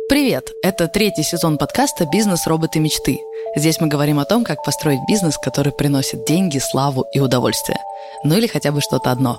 Привет! Это 3-й сезон подкаста «Бизнес. Роботы. Мечты». Здесь мы говорим о том, как построить бизнес, который приносит деньги, славу и удовольствие. Ну или хотя бы что-то одно.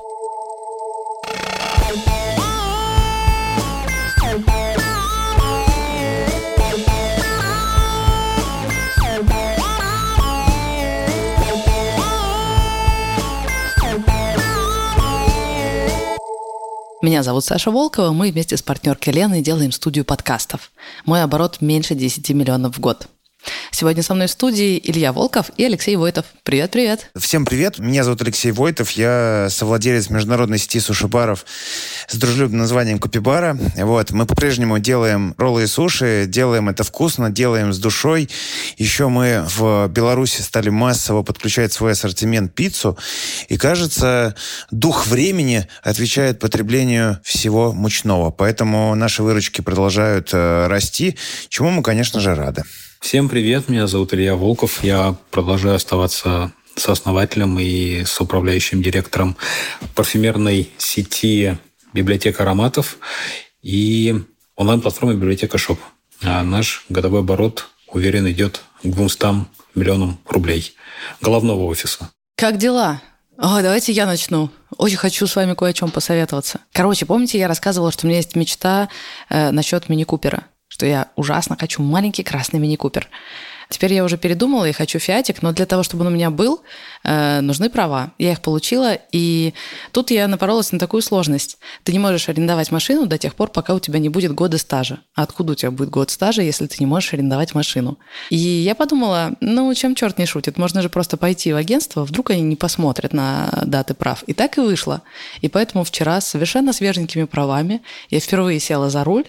Меня зовут Саша Волкова, мы вместе с партнеркой Леной делаем студию подкастов. Мой оборот меньше 10 миллионов в год. Сегодня со мной в студии Илья Волков и Алексей Войтов. Привет-привет. Всем привет. Меня зовут Алексей Войтов. Я совладелец международной сети суши-баров с дружелюбным названием Копибара. Мы по-прежнему делаем роллы и суши, делаем это вкусно, делаем с душой. Еще мы в Беларуси стали массово подключать в свой ассортимент пиццу. И, кажется, дух времени отвечает потреблению всего мучного. Поэтому наши выручки продолжают расти, чему мы, конечно же, рады. Всем привет, меня зовут Илья Волков. Я продолжаю оставаться сооснователем и соуправляющим директором парфюмерной сети «Библиотека ароматов» и онлайн-платформы «Библиотека Шоп». А наш годовой оборот, уверен, идет к 200 миллионам рублей головного офиса. Как дела? Давайте я начну. Очень хочу с вами кое о чем посоветоваться. Помните, я рассказывала, что у меня есть мечта насчет мини-купера? Что я ужасно хочу маленький красный мини-купер. Теперь я уже передумала и хочу фиатик, но для того, чтобы он у меня был, нужны права. Я их получила, и тут я напоролась на такую сложность. Ты не можешь арендовать машину до тех пор, пока у тебя не будет года стажа. А откуда у тебя будет год стажа, если ты не можешь арендовать машину? И я подумала, чем черт не шутит, можно же просто пойти в агентство, вдруг они не посмотрят на даты прав. И так и вышло. И поэтому вчера с совершенно свеженькими правами я впервые села за руль,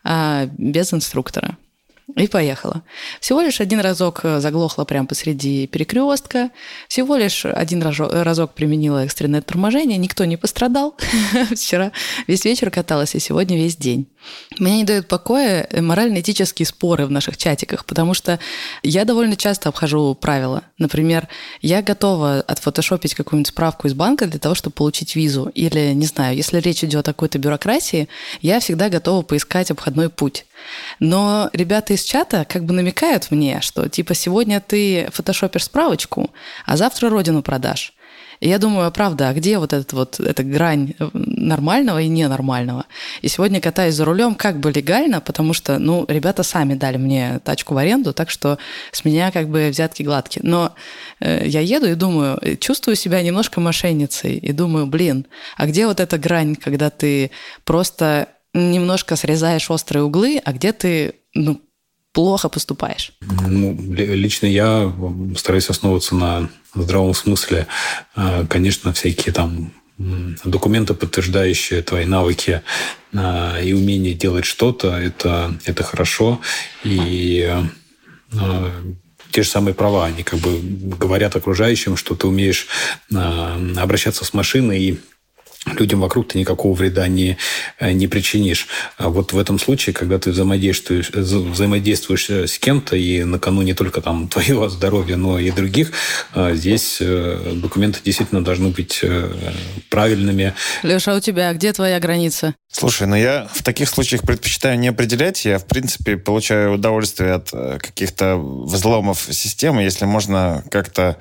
без инструктора. И поехала. Всего лишь один разок заглохла прямо посреди перекрестка, всего лишь один разок применила экстренное торможение, никто не пострадал. Вчера весь вечер каталась, и сегодня весь день. Меня не дают покоя морально-этические споры в наших чатиках, потому что я довольно часто обхожу правила. Например, я готова отфотошопить какую-нибудь справку из банка для того, чтобы получить визу. Или, не знаю, если речь идет о какой-то бюрократии, я всегда готова поискать обходной путь. Но ребята из чата как бы намекают мне, что сегодня ты фотошопишь справочку, а завтра родину продашь. И я думаю, правда, а где эта грань нормального и ненормального? И сегодня катаюсь за рулем как бы легально, потому что, ребята сами дали мне тачку в аренду, так что с меня как бы взятки гладкие. Но я еду и думаю, чувствую себя немножко мошенницей, и думаю, а где эта грань, когда ты просто немножко срезаешь острые углы, а где ты, плохо поступаешь? Лично я стараюсь основываться на здравом смысле. Конечно, всякие документы, подтверждающие твои навыки и умение делать что-то, это хорошо. И те же самые права, они как бы говорят окружающим, что ты умеешь обращаться с машиной, и людям вокруг ты никакого вреда не причинишь. А в этом случае, когда ты взаимодействуешь с кем-то, и на кону не только твоего здоровья, но и других, здесь документы действительно должны быть правильными. Леша, а у тебя где твоя граница? Слушай, я в таких случаях предпочитаю не определять. Я, в принципе, получаю удовольствие от каких-то взломов системы, если можно как-то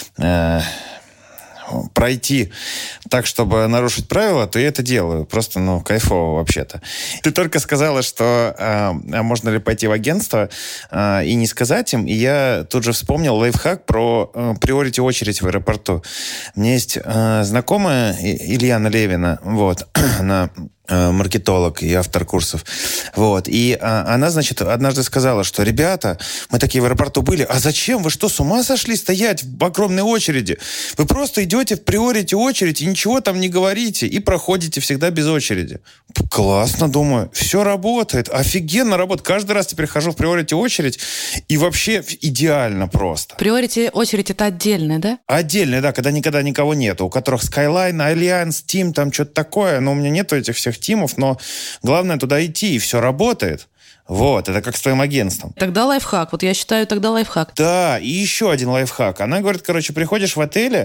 пройти так, чтобы нарушить правила, то я это делаю. Просто, кайфово вообще-то. Ты только сказала, что можно ли пойти в агентство и не сказать им, и я тут же вспомнил лайфхак про приорити очередь в аэропорту. У меня есть знакомая Ильяна Левина, она маркетолог и автор курсов. И она, однажды сказала, что, ребята, мы такие в аэропорту были, а зачем? Вы что, с ума сошли стоять в огромной очереди? Вы просто идете в приорити очередь и ничего там не говорите, и проходите всегда без очереди. Классно, думаю. Все работает. Офигенно работает. Каждый раз теперь хожу в приорити очередь, и вообще идеально просто. Приорити очередь — это отдельная, да? Отдельная, да, когда никогда никого нету. У которых Skyline, Alliance, Team, там что-то такое. Но у меня нету этих всех тимов, но главное туда идти, и все работает. Это как с твоим агентством. Тогда лайфхак. Я считаю, тогда лайфхак. Да, и еще один лайфхак. Она говорит, приходишь в отель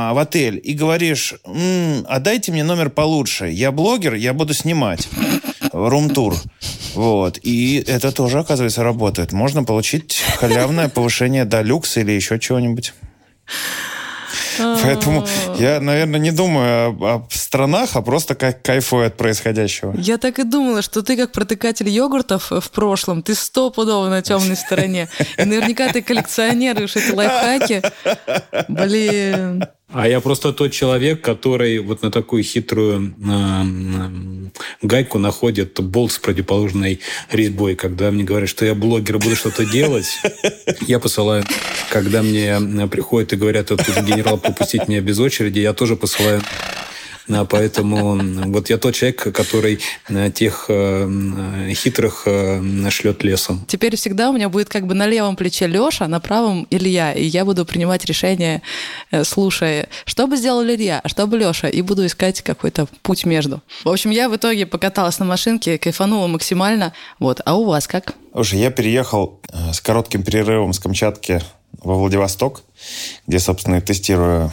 и говоришь, а дайте мне номер получше. Я блогер, я буду снимать. рум-тур. Вот. И это тоже, оказывается, работает. Можно получить халявное повышение до люкса или еще чего-нибудь. Поэтому я, наверное, не думаю о странах, а просто как кайфую от происходящего. Я так и думала, что ты как протыкатель йогуртов в прошлом, ты стопудово на темной стороне. И наверняка ты коллекционируешь эти лайфхаки. Блин. А я просто тот человек, который вот на такую хитрую гайку находит болт с противоположной резьбой. Когда мне говорят, что я блогер, буду что-то делать, я посылаю. Когда мне приходят и говорят, тут генерал, попустить меня без очереди, я тоже посылаю. Поэтому вот я тот человек, который тех хитрых шлет лесом. Теперь всегда у меня будет как бы на левом плече Леша, на правом Илья, и я буду принимать решения, слушая, что бы сделал Илья, а что бы Леша, и буду искать какой-то путь между. В общем, я в итоге покаталась на машинке, кайфанула максимально. Вот. А у вас как? Слушай, я переехал с коротким перерывом с Камчатки во Владивосток, где, собственно, и тестирую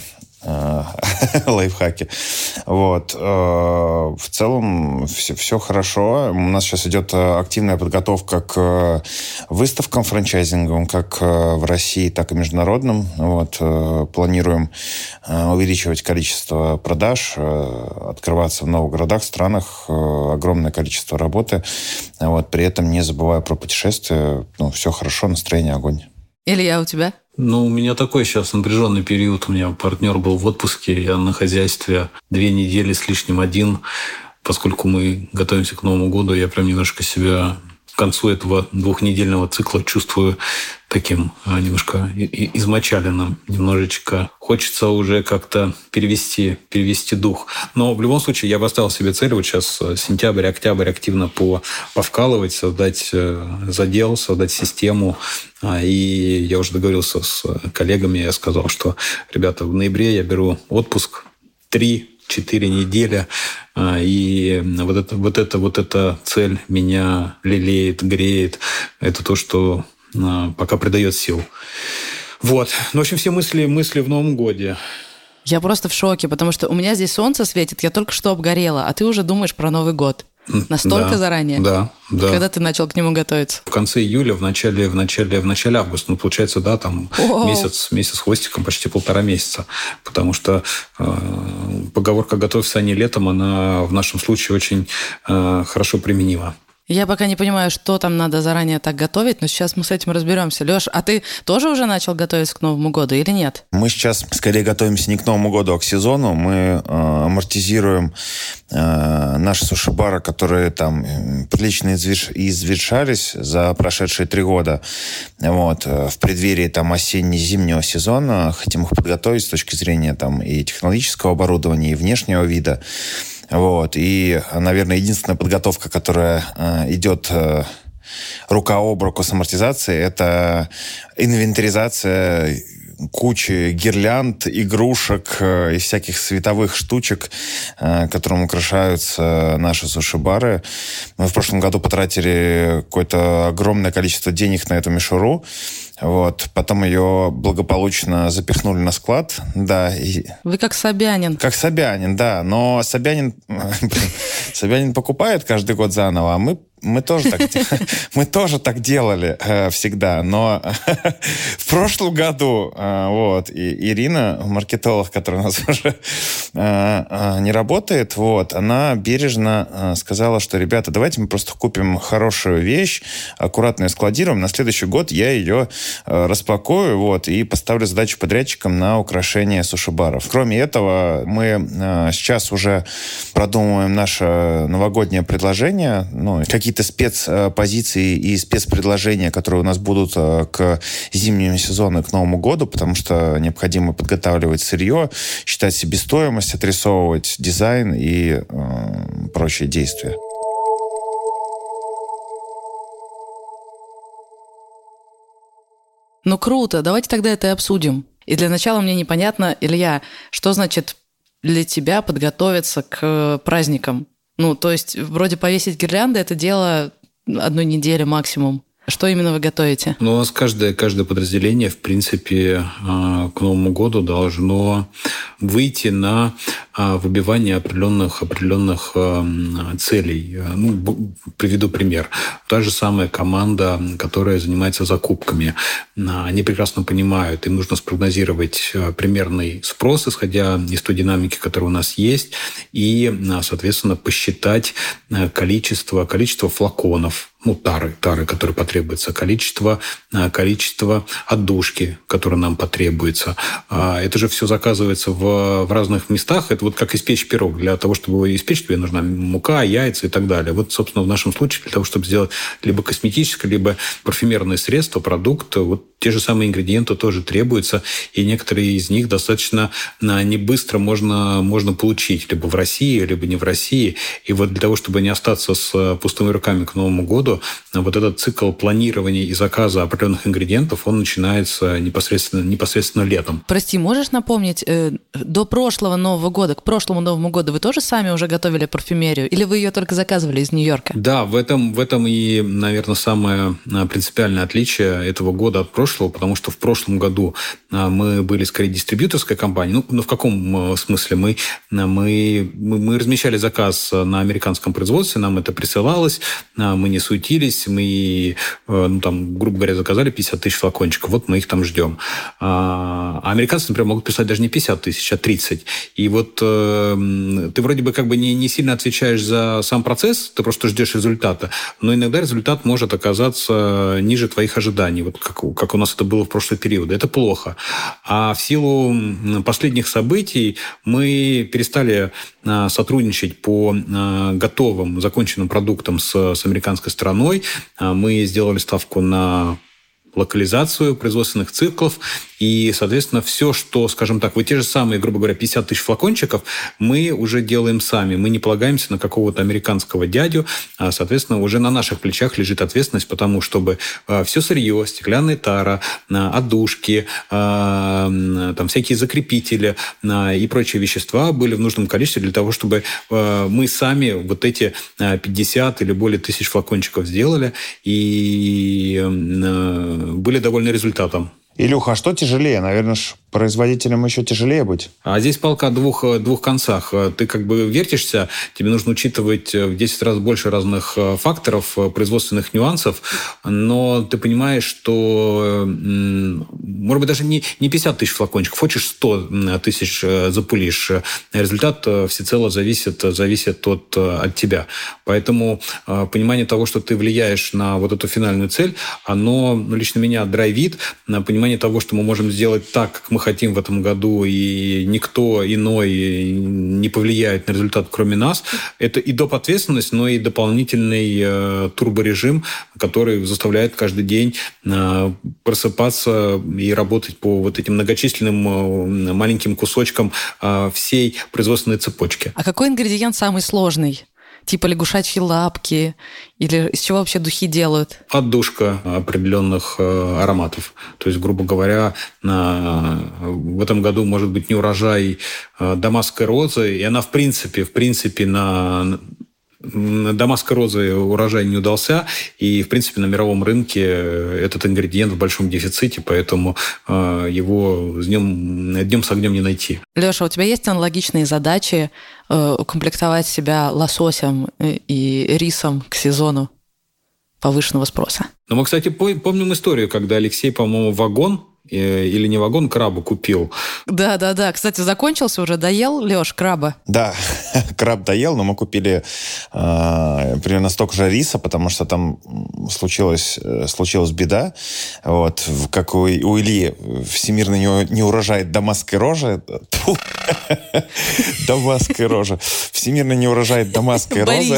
лайфхаки. Вот. В целом все хорошо. У нас сейчас идет активная подготовка к выставкам франчайзинговым, как в России, так и международным. Вот. Планируем увеличивать количество продаж, открываться в новых городах, странах. Огромное количество работы. Вот. При этом не забывая про путешествия. Все хорошо, настроение огонь. Илья, у тебя? У меня такой сейчас напряженный период. У меня партнер был в отпуске, я на хозяйстве 2 недели с лишним один. Поскольку мы готовимся к Новому году, я прям немножко себя к концу этого 2-недельного цикла чувствую таким немножко измочаленным. Немножечко хочется уже как-то перевести дух. Но в любом случае я поставил себе цель вот сейчас сентябрь, октябрь активно повкалывать, создать задел, создать систему. И я уже договорился с коллегами, я сказал, что, ребята, в ноябре я беру отпуск 3-4 недели, и вот эта цель меня лелеет, греет. Это то, что пока придает сил. Вот. В общем, все мысли в Новом годе. Я просто в шоке, потому что у меня здесь солнце светит, я только что обгорела, а ты уже думаешь про Новый год. Настолько заранее? Да. Когда ты начал к нему готовиться? В конце июля, в начале августа. Получается, да, там месяц с хвостиком, почти 1,5 месяца. Потому что поговорка «готовься, а не летом», она в нашем случае очень хорошо применима. Я пока не понимаю, что там надо заранее так готовить, но сейчас мы с этим разберемся. Леш, а ты тоже уже начал готовиться к Новому году или нет? Мы сейчас скорее готовимся не к Новому году, а к сезону. Мы амортизируем наши суши-бары, которые там прилично извершались за прошедшие 3 года. Вот. В преддверии там осенне-зимнего сезона хотим их подготовить с точки зрения там и технологического оборудования, и внешнего вида. Вот. И, наверное, единственная подготовка, которая идет рука об руку с амортизацией, это инвентаризация кучи гирлянд, игрушек и всяких световых штучек, которым украшаются наши суши-бары. Мы в прошлом году потратили какое-то огромное количество денег на эту мишуру. Вот. Потом ее благополучно запихнули на склад. Да, и... Вы как Собянин. Как Собянин, да. Но Собянин покупает каждый год заново, а мы тоже так делали всегда. Но в прошлом году вот, и Ирина, маркетолог, которая у нас уже не работает, вот, она бережно сказала, что, ребята, давайте мы просто купим хорошую вещь, аккуратно ее складируем. На следующий год я ее распакую, вот, и поставлю задачу подрядчикам на украшение суши-баров. Кроме этого, мы сейчас уже продумываем наше новогоднее предложение, какие-то спецпозиции и спецпредложения, которые у нас будут к зимнему сезону и к Новому году, потому что необходимо подготавливать сырье, считать себестоимость, отрисовывать дизайн и прочие действия. Ну круто, давайте тогда это и обсудим. И для начала мне непонятно, Илья, что значит для тебя подготовиться к праздникам? То есть вроде повесить гирлянды – это дело 1 недели максимум. Что именно вы готовите? У нас каждое подразделение, в принципе, к Новому году должно выйти на выбивания определенных целей. Приведу пример. Та же самая команда, которая занимается закупками. Они прекрасно понимают, им нужно спрогнозировать примерный спрос, исходя из той динамики, которая у нас есть, и, соответственно, посчитать количество флаконов, тары, которые потребуются, количество отдушки, которое нам потребуется. Это же все заказывается в разных местах. Это вот как испечь пирог. Для того, чтобы его испечь, тебе нужна мука, яйца и так далее. Вот, собственно, в нашем случае, для того, чтобы сделать либо косметическое, либо парфюмерное средство, продукт, вот те же самые ингредиенты тоже требуются, и некоторые из них достаточно не быстро можно получить, либо в России, либо не в России. И вот для того, чтобы не остаться с пустыми руками к Новому году, вот этот цикл планирования и заказа определенных ингредиентов, он начинается непосредственно летом. Прости, можешь напомнить, до прошлого Нового года, к прошлому Новому году вы тоже сами уже готовили парфюмерию? Или вы ее только заказывали из Нью-Йорка? Да, в этом и, наверное, самое принципиальное отличие этого года от прошлого, потому что в прошлом году мы были скорее дистрибьюторской компанией. В каком смысле? Мы размещали заказ на американском производстве, нам это присылалось, мы не суетились, мы, грубо говоря, заказали 50 тысяч флакончиков, вот мы их там ждем. А американцы, например, могут прислать даже не 50 тысяч, а 30. И вот ты вроде бы как бы не сильно отвечаешь за сам процесс, ты просто ждешь результата, но иногда результат может оказаться ниже твоих ожиданий, вот как у нас это было в прошлый период. Это плохо. А в силу последних событий мы перестали сотрудничать по готовым, законченным продуктам с американской стороной. Мы сделали ставку на локализацию производственных циклов, и, соответственно, все, что, скажем так, вот те же самые, грубо говоря, 50 тысяч флакончиков мы уже делаем сами. Мы не полагаемся на какого-то американского дядю, а, соответственно, уже на наших плечах лежит ответственность, потому чтобы все сырье, стеклянная тара, отдушки, там всякие закрепители и прочие вещества были в нужном количестве для того, чтобы мы сами вот эти 50 или более тысяч флакончиков сделали и были довольны результатом. Илюха, а что тяжелее? Наверное, производителям еще тяжелее быть. А здесь палка о двух концах. Ты как бы вертишься, тебе нужно учитывать в 10 раз больше разных факторов, производственных нюансов, но ты понимаешь, что, может быть, даже не 50 тысяч флакончиков, хочешь 100 тысяч запулишь. Результат всецело зависит от тебя. Поэтому понимание того, что ты влияешь на вот эту финальную цель, оно лично меня драйвит, понимание того, что мы можем сделать так, как мы хотим в этом году, и никто иной не повлияет на результат, кроме нас. Это и доп. Ответственность, но и дополнительный турборежим, который заставляет каждый день просыпаться и работать по вот этим многочисленным маленьким кусочкам всей производственной цепочки. А какой ингредиент самый сложный? Типа лягушачьи лапки? Или из чего вообще духи делают? Отдушка определенных ароматов. То есть, грубо говоря, в этом году может быть не урожай дамасской розы, и она в принципе на дамасской розы урожай не удался, и, в принципе, на мировом рынке этот ингредиент в большом дефиците, поэтому его днем с огнем не найти. Леша, у тебя есть аналогичные задачи укомплектовать себя лососем и рисом к сезону повышенного спроса? Ну, мы, кстати, помним историю, когда Алексей, по-моему, вагон или не вагон краба купил. Да. Кстати, закончился уже, доел, Леш, краба? Да, краб доел, но мы купили примерно столько же риса, потому что там случилась беда. Вот, как у Ильи всемирно не урожай дамасской рожи. Дамасской рожи. Всемирно не урожай дамасской розы.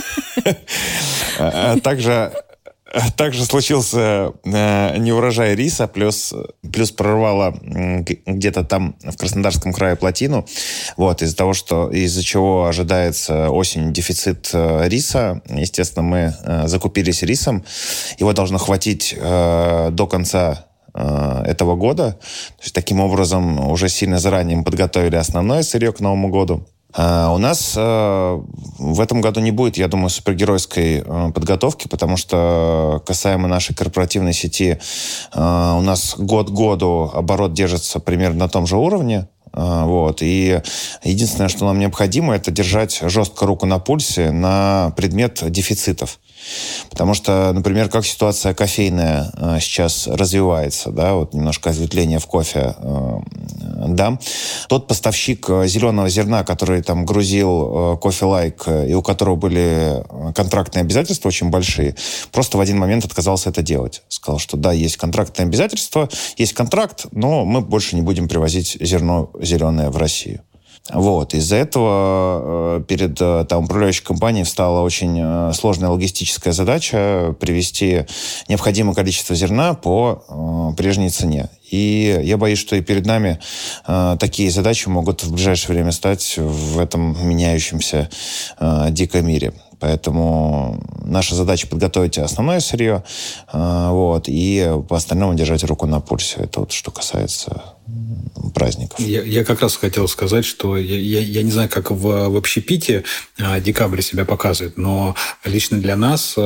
Также случился неурожай риса, плюс прорвало где-то там в Краснодарском крае плотину. Вот, из-за чего ожидается осенью дефицит риса. Естественно, мы закупились рисом. Его должно хватить до конца этого года. То есть, таким образом, уже сильно заранее мы подготовили основное сырье к Новому году. У нас в этом году не будет, я думаю, супергеройской подготовки, потому что касаемо нашей корпоративной сети, у нас год к году оборот держится примерно на том же уровне. Вот. И единственное, что нам необходимо, это держать жестко руку на пульсе на предмет дефицитов. Потому что, например, как ситуация кофейная сейчас развивается, да, вот немножко ответвление в кофе, да. Тот поставщик зеленого зерна, который там грузил кофе Лайк, и у которого были контрактные обязательства очень большие, просто в один момент отказался это делать. Сказал, что да, есть контрактные обязательства, есть контракт, но мы больше не будем привозить зерно зеленое в Россию. Вот. Из-за этого перед управляющей компанией встала очень сложная логистическая задача привезти необходимое количество зерна по прежней цене. И я боюсь, что и перед нами такие задачи могут в ближайшее время стать в этом меняющемся диком мире. Поэтому наша задача подготовить основное сырье, вот, и по остальному держать руку на пульсе. Это вот что касается праздников. Я как раз хотел сказать, что я не знаю, как в общепите декабрь себя показывает, но лично для нас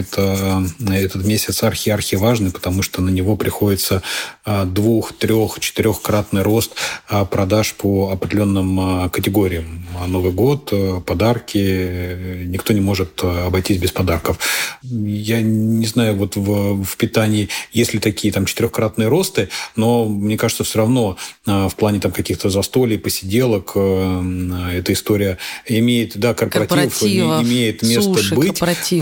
этот месяц архи важный, потому что на него приходится 2-, 3-, 4-кратный рост продаж по определенным категориям. Новый год, подарки, никто не может обойтись без подарков. Я не знаю, вот в питании есть ли такие там 4-кратные росты, но мне кажется, все равно в плане там каких-то застолий, посиделок эта история имеет, да, корпоратив имеет место быть.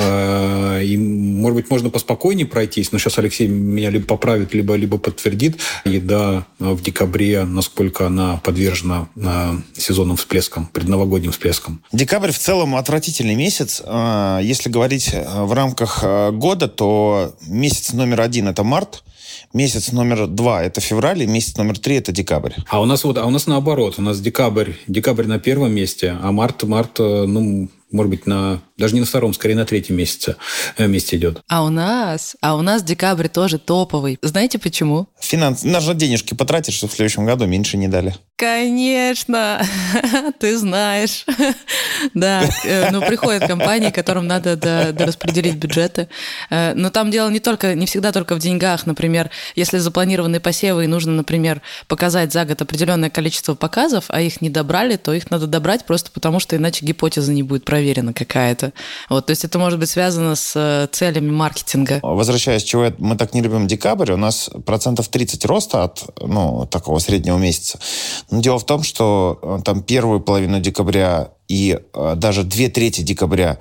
И, может быть, можно поспокойнее пройтись, но сейчас Алексей меня либо поправит, либо подтвердит. Еда в декабре, насколько она подвержена сезонным всплескам, предновогодним всплескам. Декабрь в целом отвратительный месяц. Если говорить в рамках года, то месяц номер 1 – это март. Месяц номер 2 – это февраль, и месяц номер 3 – это декабрь. А у нас наоборот. У нас декабрь на первом месте, а март, может быть, даже не на втором, скорее на третьем месте идет. А у нас декабрь тоже топовый. Знаете почему? Нас же денежки потратишь, что в следующем году меньше не дали. Конечно, ты знаешь. Да, приходят компании, которым надо распределить бюджеты. Но там дело не всегда только в деньгах. Например, если запланированы посевы и нужно, например, показать за год определенное количество показов, а их не добрали, то их надо добрать просто потому, что иначе гипотеза не будет проверена какая-то. Вот, то есть это может быть связано с целями маркетинга. Возвращаясь, чего мы так не любим декабрь, у нас 30% роста от такого среднего месяца. Но дело в том, что там первую половину декабря и даже 2/3 декабря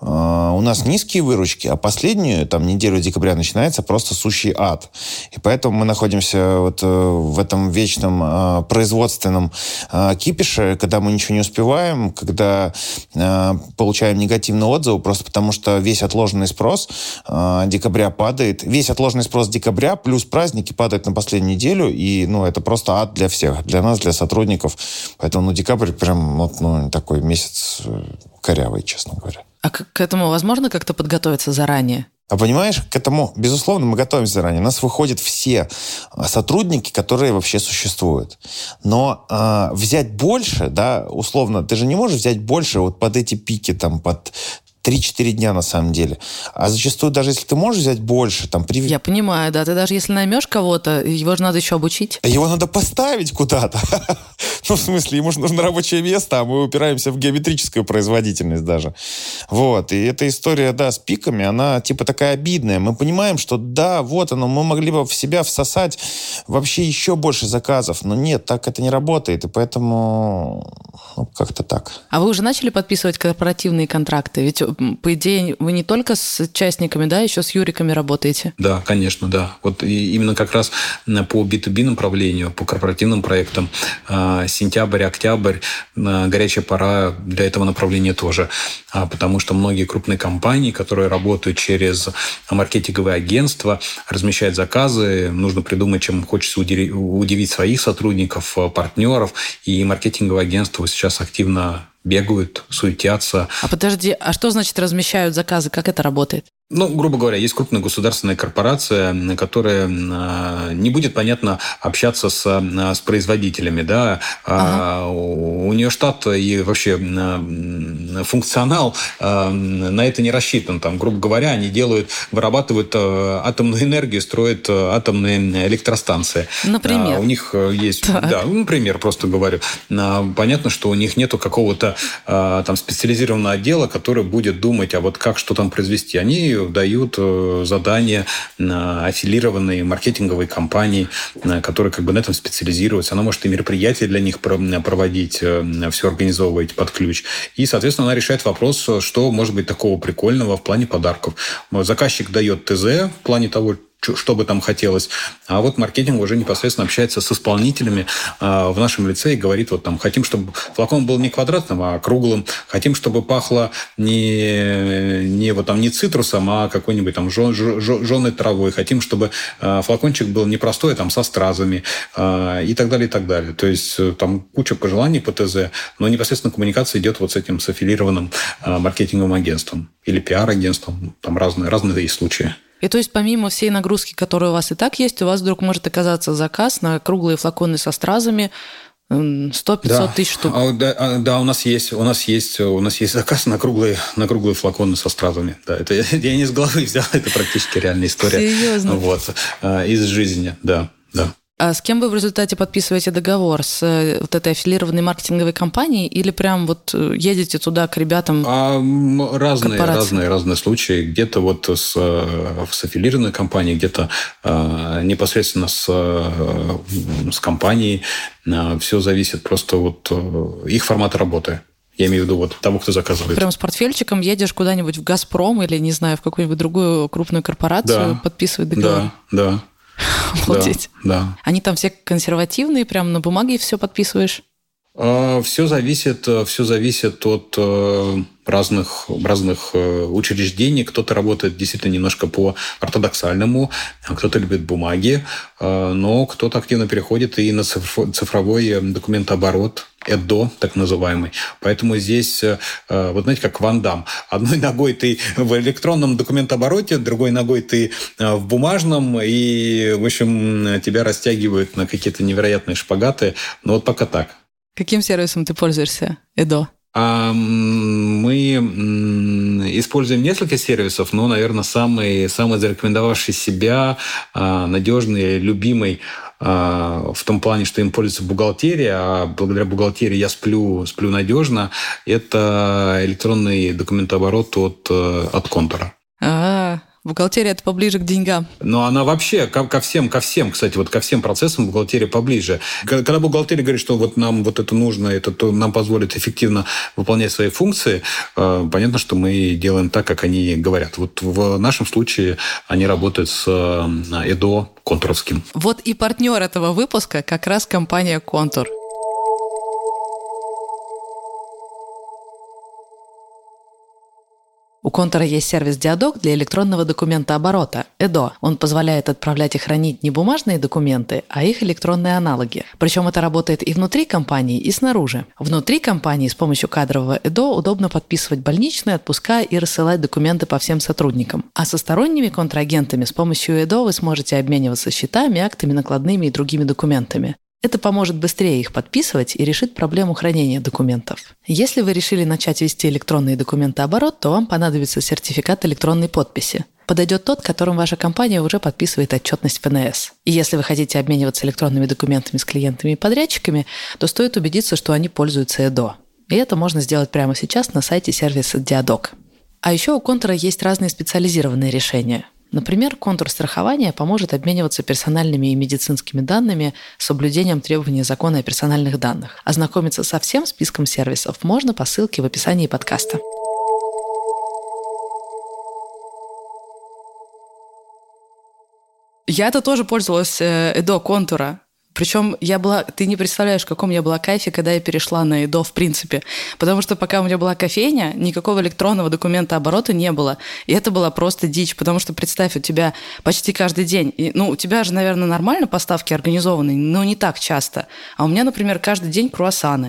у нас низкие выручки, а последнюю неделю декабря начинается просто сущий ад. И поэтому мы находимся вот в этом вечном производственном кипише, когда мы ничего не успеваем, когда получаем негативный отзыв, просто потому что весь отложенный спрос декабря падает. Весь отложенный спрос декабря плюс праздники падают на последнюю неделю, и это просто ад для всех, для нас, для сотрудников. Поэтому декабрь прям такой месяц корявый, честно говоря. А к этому возможно как-то подготовиться заранее? А понимаешь, к этому, безусловно, мы готовимся заранее. У нас выходят все сотрудники, которые вообще существуют. Но взять больше, да, условно, ты же не можешь взять больше вот под эти пики, под 3-4 дня на самом деле. А зачастую, даже если ты можешь взять больше, Я понимаю, да. Ты даже если наймешь кого-то, его же надо еще обучить. Его надо поставить куда-то. В смысле, ему же нужно рабочее место, а мы упираемся в геометрическую производительность даже. Вот. И эта история, да, с пиками, она такая обидная. Мы понимаем, что да, вот оно, мы могли бы в себя всосать вообще еще больше заказов. Но нет, так это не работает. И поэтому как-то так. А вы уже начали подписывать корпоративные контракты? Ведь по идее, вы не только с частниками, да, еще с юриками работаете? Да, конечно, да. Вот именно как раз по B2B направлению, по корпоративным проектам сентябрь, октябрь, горячая пора для этого направления тоже. Потому что многие крупные компании, которые работают через маркетинговые агентства, размещают заказы, нужно придумать, чем хочется удивить своих сотрудников, партнеров, и маркетинговые агентства сейчас активно бегают, суетятся. А подожди, а что значит размещают заказы? Как это работает? Грубо говоря, есть крупная государственная корпорация, которая не будет, понятно, общаться с производителями, да. У нее штат и вообще функционал на это не рассчитан. Там, грубо говоря, они вырабатывают атомную энергию, строят атомные электростанции. Например? У них есть... Да, например, просто говорю. Понятно, что у них нету какого-то там специализированного отдела, который будет думать, а вот как что там произвести. Они дают задания аффилированной маркетинговой компании, которая как бы на этом специализируется. Она может и мероприятия для них проводить, все организовывать под ключ. И, соответственно, она решает вопрос, что может быть такого прикольного в плане подарков. Заказчик дает ТЗ в плане того, что бы там хотелось. А вот маркетинг уже непосредственно общается с исполнителями в нашем лице и говорит, вот там, хотим, чтобы флакон был не квадратным, а круглым. Хотим, чтобы пахло не цитрусом, а какой-нибудь там жженой травой. Хотим, чтобы флакончик был не простой, а там со стразами и так далее, и так далее. То есть там куча пожеланий по ТЗ, но непосредственно коммуникация идет вот с этим, с аффилированным маркетинговым агентством или пиар-агентством. Там разные есть случаи. И то есть помимо всей нагрузки, которая у вас и так есть, у вас вдруг может оказаться заказ на круглые флаконы со стразами 100-500 тысяч штук. Да, у нас есть заказ на круглые флаконы со стразами. Да, это я не с головы взял, это практически реальная история. Серьезно? Вот, из жизни, да. А с кем вы в результате подписываете договор? С вот этой аффилированной маркетинговой компанией или прям вот едете туда к ребятам? Разные случаи. Где-то вот с аффилированной компанией, где-то непосредственно с компанией. Все зависит просто от их формата работы. Я имею в виду вот того, кто заказывает. Прям с портфельчиком едешь куда-нибудь в «Газпром» или, не знаю, в какую-нибудь другую крупную корпорацию подписывать договор? Да. Обалдеть. Да. Они там все консервативные, прям на бумаге все подписываешь? Все зависит от разных учреждений. Кто-то работает действительно немножко по ортодоксальному, кто-то любит бумаги, но кто-то активно переходит и на цифровой документооборот, ЭДО, так называемый. Поэтому здесь, вот знаете, как Ван Дам. Одной ногой ты в электронном документообороте, другой ногой ты в бумажном, и, в общем, тебя растягивают на какие-то невероятные шпагаты. Но вот пока так. Каким сервисом ты пользуешься, ЭДО? Мы используем несколько сервисов, но, наверное, самый зарекомендовавший себя, надежный, любимый в том плане, что им пользуется бухгалтерия, а благодаря бухгалтерии я сплю надежно, это электронный документооборот от Контура. Бухгалтерия – это поближе к деньгам. Но она вообще ко всем, кстати, вот ко всем процессам бухгалтерия поближе. Когда бухгалтерия говорит, что вот нам вот это нужно, это то нам позволит эффективно выполнять свои функции, понятно, что мы делаем так, как они говорят. Вот в нашем случае они работают с ЭДО контуровским. Вот и партнер этого выпуска как раз компания «Контур». У Контура есть сервис «Диадок» для электронного документооборота – ЭДО. Он позволяет отправлять и хранить не бумажные документы, а их электронные аналоги. Причем это работает и внутри компании, и снаружи. Внутри компании с помощью кадрового ЭДО удобно подписывать больничные, отпуска и рассылать документы по всем сотрудникам. А со сторонними контрагентами с помощью ЭДО вы сможете обмениваться счетами, актами, накладными и другими документами. Это поможет быстрее их подписывать и решит проблему хранения документов. Если вы решили начать вести электронный документооборот, то вам понадобится сертификат электронной подписи. Подойдет тот, которым ваша компания уже подписывает отчетность ФНС. И если вы хотите обмениваться электронными документами с клиентами и подрядчиками, то стоит убедиться, что они пользуются ЭДО. И это можно сделать прямо сейчас на сайте сервиса Диадок. А еще у Контура есть разные специализированные решения. Например, Контур страхования поможет обмениваться персональными и медицинскими данными с соблюдением требований закона о персональных данных. Ознакомиться со всем списком сервисов можно по ссылке в описании подкаста. Я-то тоже пользовалась ЭДО Контура. Причем ты не представляешь, в каком я была кайфе, когда я перешла на ЭДО в принципе. Потому что пока у меня была кофейня, никакого электронного документооборота не было. И это была просто дичь, потому что, представь, у тебя почти каждый день, у тебя же, наверное, нормально поставки организованы, но не так часто. А у меня, например, каждый день круассаны.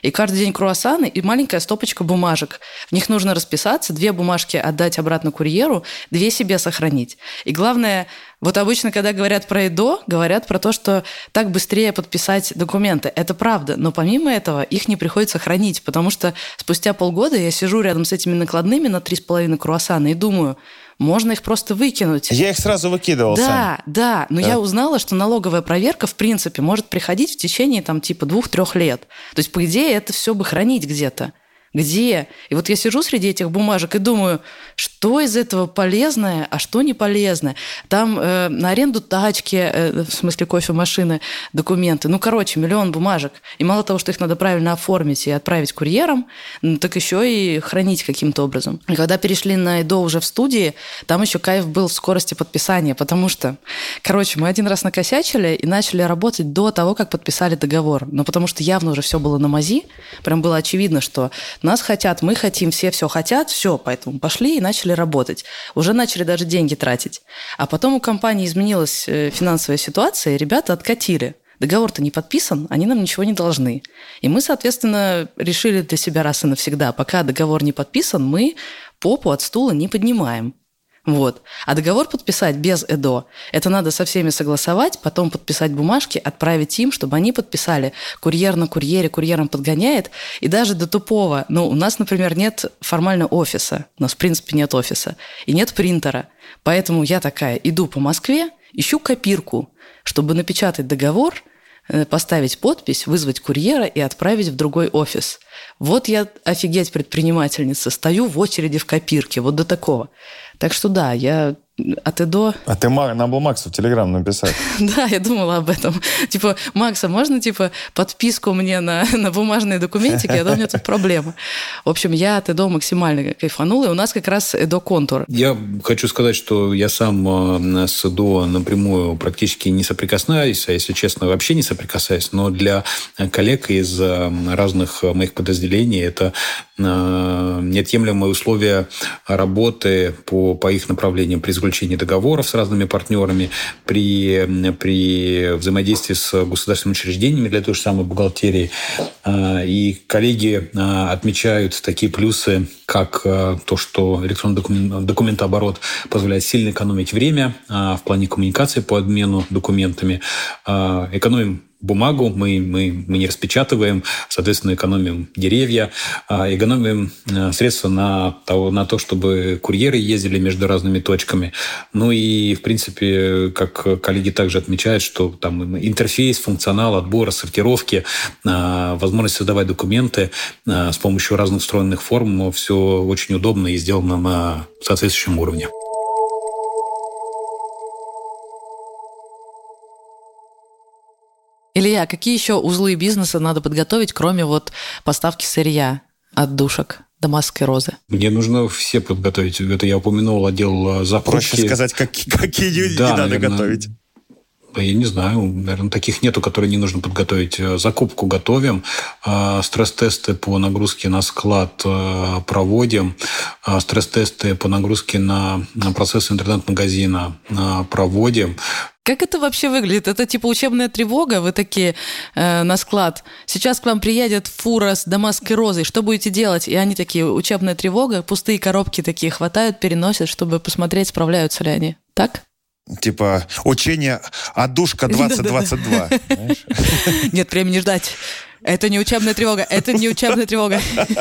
И каждый день круассаны и маленькая стопочка бумажек. В них нужно расписаться, 2 бумажки отдать обратно курьеру, 2 себе сохранить. И главное, вот обычно, когда говорят про ЭДО, говорят про то, что так быстрее подписать документы. Это правда, но помимо этого их не приходится хранить, потому что спустя полгода я сижу рядом с этими накладными на 3,5 круассана и думаю, можно их просто выкинуть. Я их сразу выкидывал сам. Да, но я узнала, что налоговая проверка, в принципе, может приходить в течение там типа 2-3 лет. То есть, по идее, это все бы хранить где-то. Где? И вот я сижу среди этих бумажек и думаю, что из этого полезное, а что не полезное. Там на аренду тачки, в смысле кофемашины, документы. Миллион бумажек. И мало того, что их надо правильно оформить и отправить курьером, так еще и хранить каким-то образом. И когда перешли на ЭДО уже в студии, там еще кайф был в скорости подписания, потому что, мы один раз накосячили и начали работать до того, как подписали договор. Но потому что явно уже все было на мази, прям было очевидно, что нас хотят, мы хотим, все хотят, все, поэтому пошли и начали работать. Уже начали даже деньги тратить. А потом у компании изменилась финансовая ситуация, и ребята откатили. Договор-то не подписан, они нам ничего не должны. И мы, соответственно, решили для себя раз и навсегда, пока договор не подписан, мы попу от стула не поднимаем. Вот. А договор подписать без ЭДО, это надо со всеми согласовать, потом подписать бумажки, отправить им, чтобы они подписали. Курьер на курьере, курьером подгоняет. И даже до тупого. У нас, например, нет формально офиса. У нас, в принципе, нет офиса. И нет принтера. Поэтому я такая иду по Москве, ищу копирку, чтобы напечатать договор, поставить подпись, вызвать курьера и отправить в другой офис. Вот я, офигеть, предпринимательница, стою в очереди в копирке, вот до такого. Так что да, я от ЭДО... А ты надо было Максу в Телеграм написать. Да, я думала об этом. Макса, можно, подписку мне на бумажные документики, а то у меня тут проблема. В общем, я от ЭДО максимально кайфанула, и у нас как раз ЭДО-контур. Я хочу сказать, что я сам с ЭДО напрямую практически не соприкасаюсь, а если честно, вообще не соприкасаюсь, но для коллег из разных моих подразделений это неотъемлемые условия работы по их направлениям при заключении договоров с разными партнерами, при взаимодействии с государственными учреждениями для той же самой бухгалтерии. И коллеги отмечают такие плюсы, как то, что электронный документооборот позволяет сильно экономить время в плане коммуникации по обмену документами. Экономим бумагу, мы не распечатываем, соответственно, экономим деревья, экономим средства на то, чтобы курьеры ездили между разными точками. И, в принципе, как коллеги также отмечают, что там интерфейс, функционал отбора, сортировки, возможность создавать документы с помощью разных встроенных форм, все очень удобно и сделано на соответствующем уровне. Илья, какие еще узлы бизнеса надо подготовить, кроме поставки сырья от душек Дамасской розы? Мне нужно все подготовить. Это я упомянул отдел закупки. Проще сказать, какие не надо готовить. Я не знаю, наверное, таких нету, которые не нужно подготовить. Закупку готовим, стресс-тесты по нагрузке на склад проводим, стресс-тесты по нагрузке на процесс интернет-магазина проводим. Как это вообще выглядит? Это учебная тревога? Вы такие на склад. Сейчас к вам приедет фура с дамасской розой. Что будете делать? И они такие, учебная тревога, пустые коробки такие хватают, переносят, чтобы посмотреть, справляются ли они. Так? Учение «Отдушка 2022». Нет времени ждать. Это не учебная тревога. Это не учебная тревога.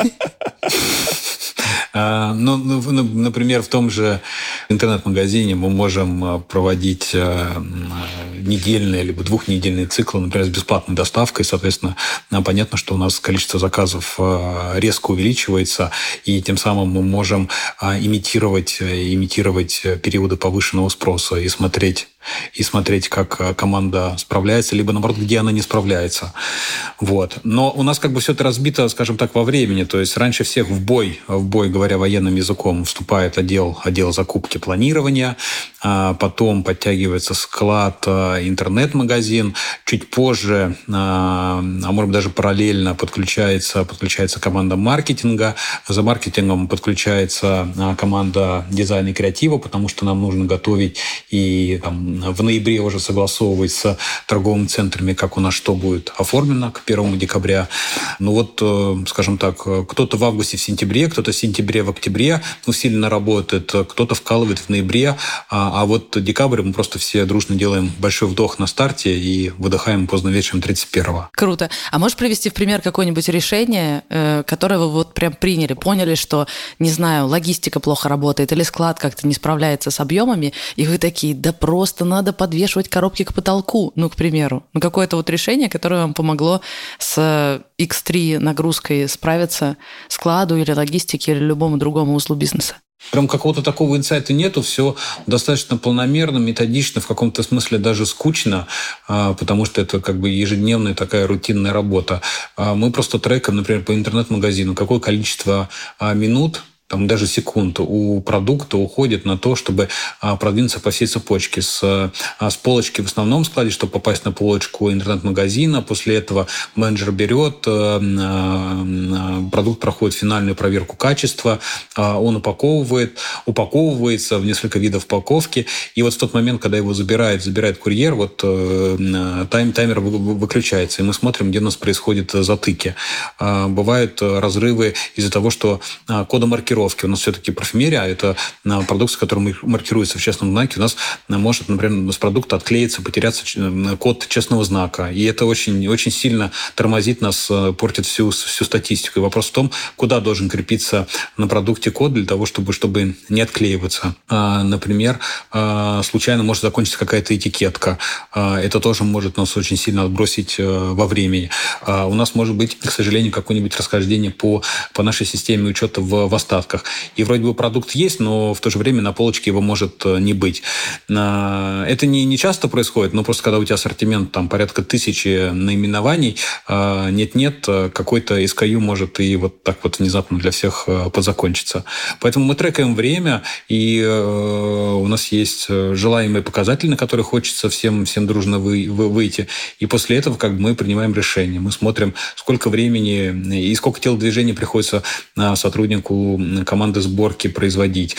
Например, в том же интернет-магазине мы можем проводить недельные либо двухнедельные циклы, например, с бесплатной доставкой. Соответственно, понятно, что у нас количество заказов резко увеличивается, и тем самым мы можем имитировать периоды повышенного спроса и смотреть, как команда справляется, либо, наоборот, где она не справляется. Но у нас все это разбито, скажем так, во времени. То есть раньше всех в бой, говоря военным языком, вступает отдел закупки планирования, потом подтягивается склад, интернет-магазин. Чуть позже, а может быть даже параллельно, подключается команда маркетинга. За маркетингом подключается команда дизайна и креатива, потому что нам нужно готовить и в ноябре уже согласовывать с торговыми центрами, как у нас что будет оформлено к 1 декабря. Ну вот, скажем так, кто-то в августе, в сентябре, кто-то в сентябре, в октябре усиленно работает, кто-то вкалывает в ноябре, а вот декабрь мы просто все дружно делаем большой вдох на старте и выдыхаем поздно вечером 31-го. Круто. А можешь привести в пример какое-нибудь решение, которое вы вот прям приняли, поняли, что, не знаю, логистика плохо работает или склад как-то не справляется с объемами, и вы такие, да просто надо подвешивать коробки к потолку, ну, к примеру. Ну, какое-то вот решение, которое вам помогло с X3 нагрузкой справиться складу или логистике или любому другому узлу бизнеса? Прям какого-то такого инсайта нету, все достаточно планомерно, методично, в каком-то смысле даже скучно, потому что это как бы ежедневная такая рутинная работа. Мы просто трекаем, например, по интернет-магазину, какое количество минут, там даже секунд у продукта уходит на то, чтобы продвинуться по всей цепочке. С полочки в основном складе, чтобы попасть на полочку интернет-магазина. После этого менеджер берет, продукт проходит финальную проверку качества, он упаковывается в несколько видов упаковки. И вот в тот момент, когда его забирает курьер, вот таймер выключается, и мы смотрим, где у нас происходят затыки. Бывают разрывы из-за того, что кодомаркировка. У нас все-таки парфюмерия, а это продукция, которая маркируется в честном знаке. У нас может, например, с продукта отклеиться, потеряться код честного знака. И это очень, очень сильно тормозит нас, портит всю статистику. И вопрос в том, куда должен крепиться на продукте код для того, чтобы не отклеиваться. Например, случайно может закончиться какая-то этикетка. Это тоже может нас очень сильно отбросить во времени. У нас может быть, к сожалению, какое-нибудь расхождение по нашей системе учета в остатках. И вроде бы продукт есть, но в то же время на полочке его может не быть. Это не часто происходит, но просто когда у тебя ассортимент там порядка 1000 наименований, нет-нет, какой-то SKU может и вот так вот внезапно для всех подзакончиться. Поэтому мы трекаем время, и у нас есть желаемые показатели, на которые хочется всем дружно выйти. И после этого как бы мы принимаем решение. Мы смотрим, сколько времени и сколько телодвижений приходится сотруднику команды сборки производить.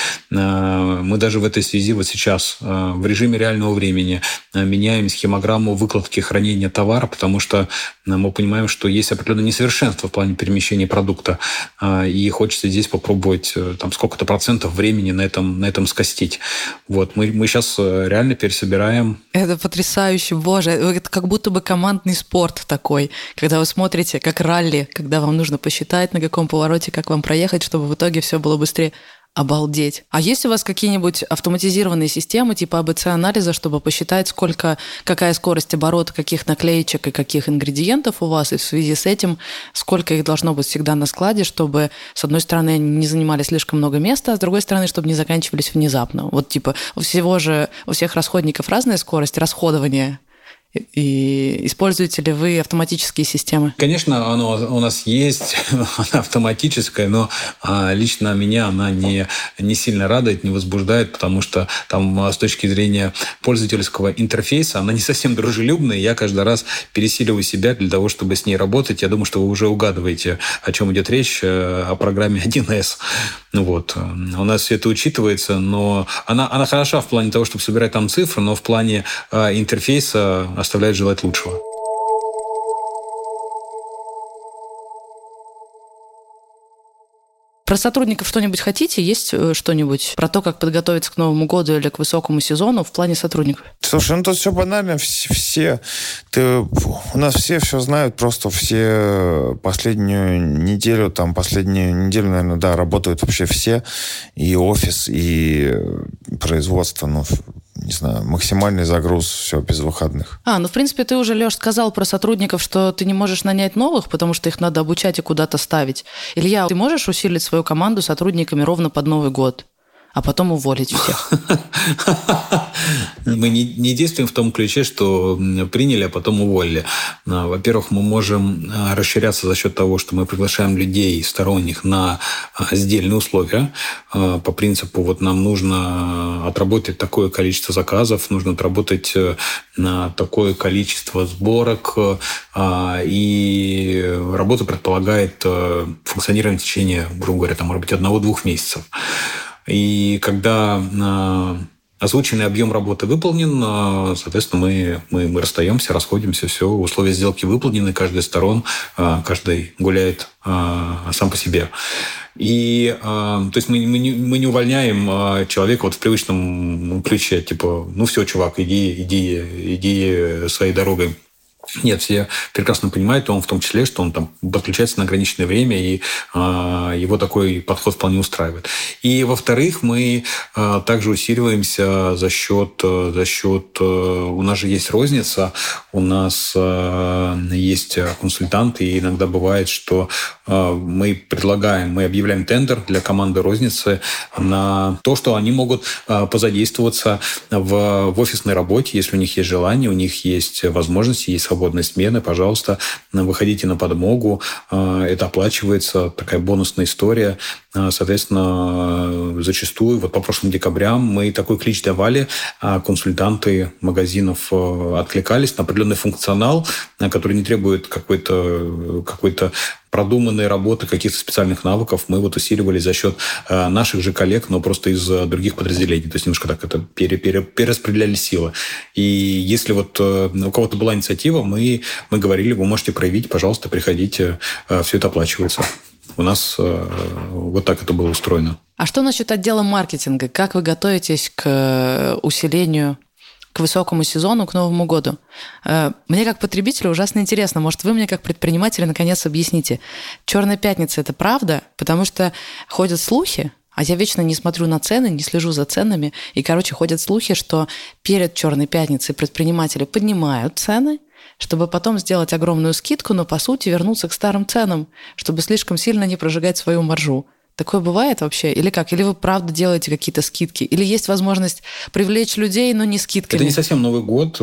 Мы даже в этой связи вот сейчас в режиме реального времени меняем схемограмму выкладки хранения товара, потому что мы понимаем, что есть определенное несовершенство в плане перемещения продукта, и хочется здесь попробовать там сколько-то процентов времени на этом скостить. Вот. Мы сейчас реально пересобираем. Это потрясающе, боже, это как будто бы командный спорт такой, когда вы смотрите как ралли, когда вам нужно посчитать, на каком повороте, как вам проехать, чтобы в итоге все было быстрее. Обалдеть. А есть у вас какие-нибудь автоматизированные системы типа АБЦ-анализа, чтобы посчитать, какая скорость оборота каких наклеечек и каких ингредиентов у вас, и в связи с этим сколько их должно быть всегда на складе, чтобы, с одной стороны, они не занимали слишком много места, а с другой стороны, чтобы не заканчивались внезапно. Вот типа у всех расходников разная скорость расходования. И используете ли вы автоматические системы? Конечно, оно у нас есть, она автоматическая, но лично меня она не сильно радует, не возбуждает, потому что там с точки зрения пользовательского интерфейса она не совсем дружелюбная, и я каждый раз пересиливаю себя для того, чтобы с ней работать. Я думаю, что вы уже угадываете, о чем идет речь, о программе 1С. Вот. У нас все это учитывается, но она хороша в плане того, чтобы собирать там цифры, но в плане интерфейса оставляет желать лучшего. Про сотрудников что-нибудь хотите? Есть что-нибудь про то, как подготовиться к Новому году или к высокому сезону в плане сотрудников? Слушай, тут все банально. У нас все знают, просто все последнюю неделю, наверное, да, работают вообще все. И офис, и производство, не знаю, максимальный загруз, все без выходных. В принципе, ты уже, Лёш, сказал про сотрудников, что ты не можешь нанять новых, потому что их надо обучать и куда-то ставить. Илья, ты можешь усилить свою команду сотрудниками ровно под Новый год, а потом уволить всех? Мы не действуем в том ключе, что приняли, а потом уволили. Во-первых, мы можем расширяться за счет того, что мы приглашаем людей сторонних на сдельные условия. По принципу, вот нам нужно отработать такое количество заказов, нужно отработать такое количество сборок, и работа предполагает функционирование в течение, грубо говоря, может быть, 1-2 месяцев. И когда озвученный объем работы выполнен, соответственно, мы расстаемся, расходимся, все, условия сделки выполнены, каждая из сторон, каждый гуляет сам по себе. И то есть мы не увольняем человека вот в привычном ключе, типа, ну все, чувак, иди своей дорогой. Нет, все прекрасно понимают, он в том числе, что он там подключается на ограниченное время, и его такой подход вполне устраивает. И, во-вторых, мы также усиливаемся за счет... У нас же есть розница, у нас есть консультанты, и иногда бывает, что мы объявляем тендер для команды розницы на то, что они могут позадействоваться в офисной работе, если у них есть желание, у них есть возможности, есть свободные смены, пожалуйста, выходите на подмогу, это оплачивается, такая бонусная история. Соответственно, зачастую, вот по прошлым декабрям мы такой клич давали, консультанты магазинов откликались на определенный функционал, который не требует какой-то продуманной работы, каких-то специальных навыков. Мы вот усиливали за счет наших же коллег, но просто из других подразделений. То есть немножко так это перераспределяли силы. И если вот у кого-то была инициатива, мы говорили, вы можете проявить, пожалуйста, приходите, все это оплачивается. У нас вот так это было устроено. А что насчет отдела маркетинга? Как вы готовитесь к усилению, к высокому сезону, к Новому году? Мне как потребителю ужасно интересно. Может, вы мне как предприниматель наконец объясните. «Черная пятница» – это правда? Потому что ходят слухи, а я вечно не смотрю на цены, не слежу за ценами. И, ходят слухи, что перед «Черной пятницей» предприниматели поднимают цены, чтобы потом сделать огромную скидку, но, по сути, вернуться к старым ценам, чтобы слишком сильно не прожигать свою маржу. Такое бывает вообще? Или как? Или вы правда делаете какие-то скидки? Или есть возможность привлечь людей, но не скидками? Это не совсем Новый год.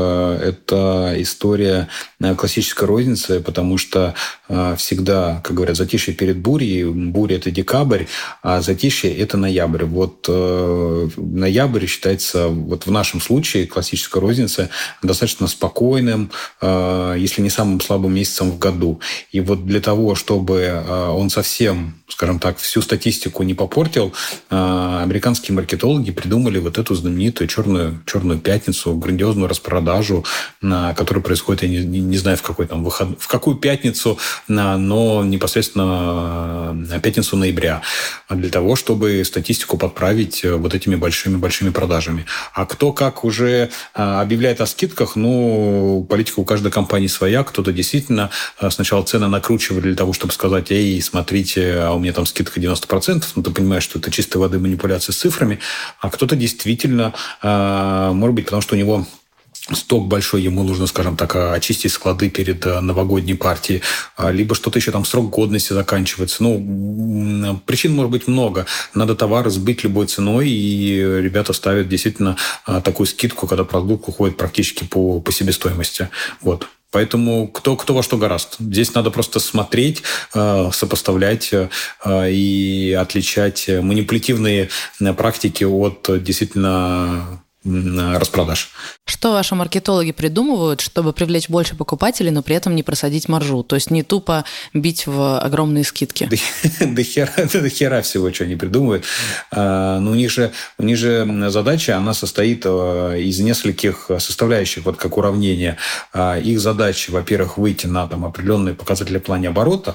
Это история классической розницы, потому что всегда, как говорят, затишье перед бурей. Буря – это декабрь, а затишье – это ноябрь. Вот ноябрь считается, вот в нашем случае, классической розницы, достаточно спокойным, если не самым слабым месяцем в году. И вот для того, чтобы он совсем, скажем так, всю статистику не попортил, американские маркетологи придумали вот эту знаменитую черную пятницу, грандиозную распродажу, которая происходит, я не знаю, в какую пятницу, но непосредственно пятницу ноября, для того, чтобы статистику подправить вот этими большими продажами. А кто как уже объявляет о скидках, политика у каждой компании своя. Кто-то действительно сначала цены накручивает для того, чтобы сказать: эй, смотрите, а у меня там скидка 90%, ты понимаешь, что это чистой воды манипуляция с цифрами, а кто-то действительно, может быть, потому что у него сток большой, ему нужно, скажем так, очистить склады перед новогодней партией, либо что-то еще там срок годности заканчивается. Причин может быть много. Надо товар сбыть любой ценой, и ребята ставят действительно такую скидку, когда продукт уходит практически по себестоимости. Вот. Поэтому кто во что горазд. Здесь надо просто смотреть, сопоставлять и отличать манипулятивные практики от действительно распродаж. Что ваши маркетологи придумывают, чтобы привлечь больше покупателей, но при этом не просадить маржу? То есть не тупо бить в огромные скидки? До хера всего, что они придумывают. Но у них же задача, она состоит из нескольких составляющих, вот как уравнение. Их задача, во-первых, выйти на определенные показатели в плане оборота.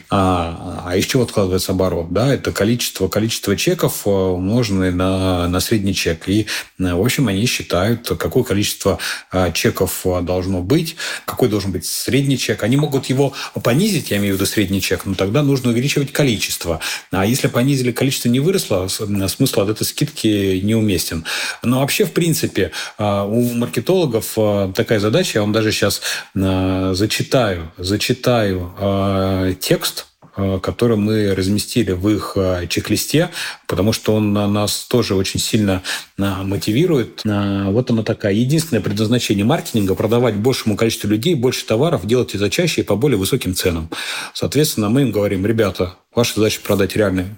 А из чего складывается оборот? Да? Это количество чеков, умноженное на средний чек. И, в общем, они считают, какое количество чеков должно быть, какой должен быть средний чек. Они могут его понизить, я имею в виду средний чек, но тогда нужно увеличивать количество. А если понизили, количество не выросло, смысл от этой скидки неуместен. Но вообще, в принципе, у маркетологов такая задача, я вам даже сейчас зачитаю текст, который мы разместили в их чек-листе, потому что он нас тоже очень сильно мотивирует. Вот она такая. Единственное предназначение маркетинга – продавать большему количеству людей больше товаров, делать это чаще и по более высоким ценам. Соответственно, мы им говорим: ребята, ваша задача – продать реальный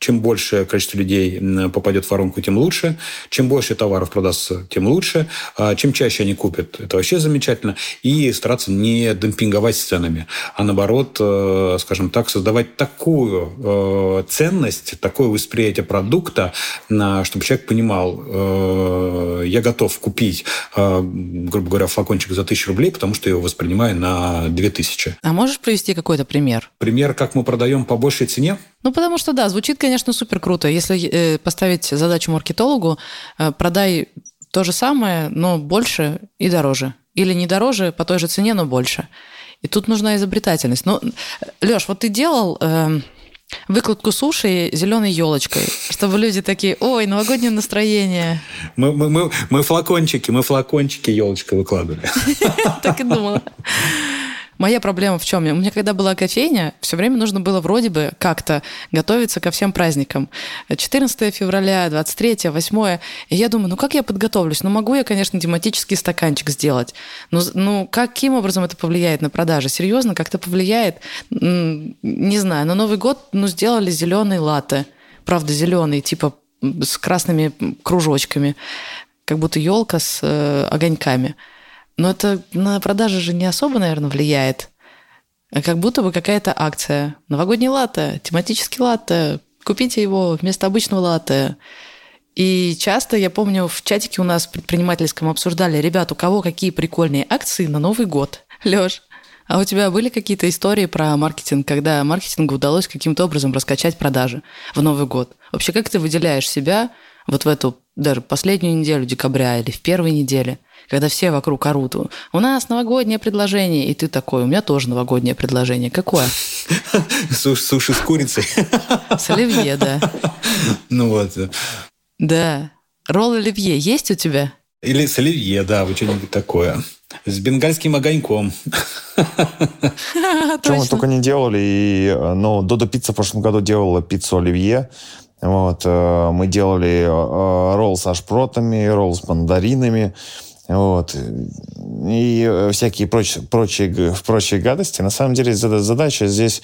Чем большее количество людей попадет в воронку, тем лучше. Чем больше товаров продастся, тем лучше. Чем чаще они купят, это вообще замечательно. И стараться не демпинговать с ценами, а наоборот, скажем так, создавать такую ценность, такое восприятие продукта, чтобы человек понимал, я готов купить, грубо говоря, флакончик за 1000 рублей, потому что я его воспринимаю на 2000. А можешь привести какой-то пример? Пример, как мы продаем по большей цене? Потому что, да, звучит, конечно, супер круто. Если поставить задачу маркетологу, продай то же самое, но больше и дороже. Или не дороже, по той же цене, но больше. И тут нужна изобретательность. Лёш, вот ты делал выкладку суши зеленой елочкой, чтобы люди такие, ой, новогоднее настроение. Мы флакончики елочкой выкладывали. Так и думала. Моя проблема в чем? У меня, когда была кофейня, все время нужно было вроде бы как-то готовиться ко всем праздникам. 14 февраля, 23, 8. И я думаю, как я подготовлюсь? Могу я, конечно, тематический стаканчик сделать. Но каким образом это повлияет на продажи? Серьезно, как-то повлияет? Не знаю. На Новый год сделали зеленый латте. Правда, зеленый, типа с красными кружочками. Как будто елка с огоньками. Но это на продажи же не особо, наверное, влияет. А как будто бы какая-то акция. Новогодний латте, тематический латте. Купите его вместо обычного латте. И часто, я помню, в чатике у нас предпринимательском обсуждали, ребят, у кого какие прикольные акции на Новый год. Лёш, а у тебя были какие-то истории про маркетинг, когда маркетингу удалось каким-то образом раскачать продажи в Новый год? Вообще, как ты выделяешь себя вот в эту даже последнюю неделю декабря или в первой неделе, когда все вокруг орут, у нас новогоднее предложение, и ты такой, у меня тоже новогоднее предложение. Какое? Суши с курицей. С оливье, да. Да. Ролл оливье есть у тебя? Или с оливье, да, вот что-нибудь такое. С бенгальским огоньком. Что мы только не делали. Додо Пицца в прошлом году делала пиццу оливье. Мы делали ролл со шпротами, ролл с мандаринами. И всякие прочие гадости. На самом деле задача здесь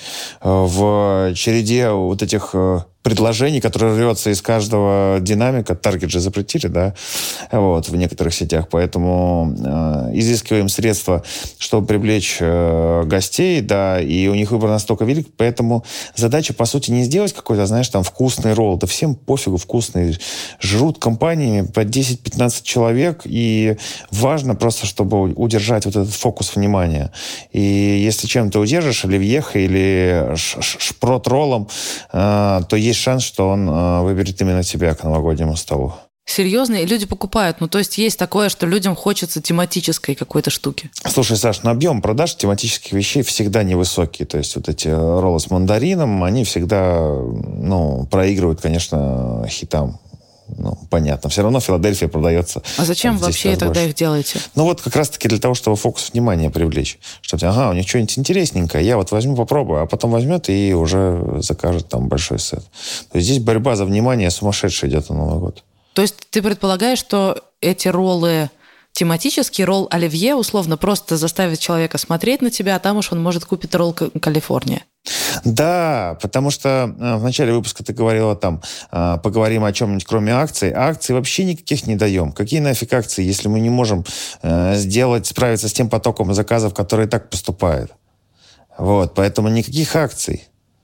в череде вот этих предложений, которые рвется из каждого динамика. Таргет же запретили, да, в некоторых сетях. Поэтому изыскиваем средства, чтобы привлечь гостей, да, и у них выбор настолько велик. Поэтому задача, по сути, не сделать какой-то, вкусный ролл. Да всем пофигу, вкусный. Жрут компаниями по 10-15 человек, и важно просто, чтобы удержать вот этот фокус внимания. И если чем-то удержишь, оливьехой или шпрот-роллом, то есть шанс, что он выберет именно тебя к новогоднему столу. Серьезно? И люди покупают? То есть есть такое, что людям хочется тематической какой-то штуки? Слушай, Саш, объем продаж тематических вещей всегда невысокий. То есть вот эти роллы с мандарином, они всегда проигрывают, конечно, хитам. Понятно. Все равно Филадельфия продается. А зачем вообще тогда их делаете? Как раз-таки для того, чтобы фокус внимания привлечь. Чтобы, у них что-нибудь интересненькое, я возьму, попробую, а потом возьмет и уже закажет там большой сет. То есть здесь борьба за внимание сумасшедшая идет на Новый год. То есть ты предполагаешь, что эти роллы тематический, ролл оливье условно просто заставит человека смотреть на тебя, а там уж он может купить ролл Калифорния? Да, потому что в начале выпуска ты говорила поговорим о чем-нибудь кроме акций. А акций вообще никаких не даем. Какие нафиг акции, если мы не можем справиться с тем потоком заказов, который и так поступает? Поэтому никаких акций.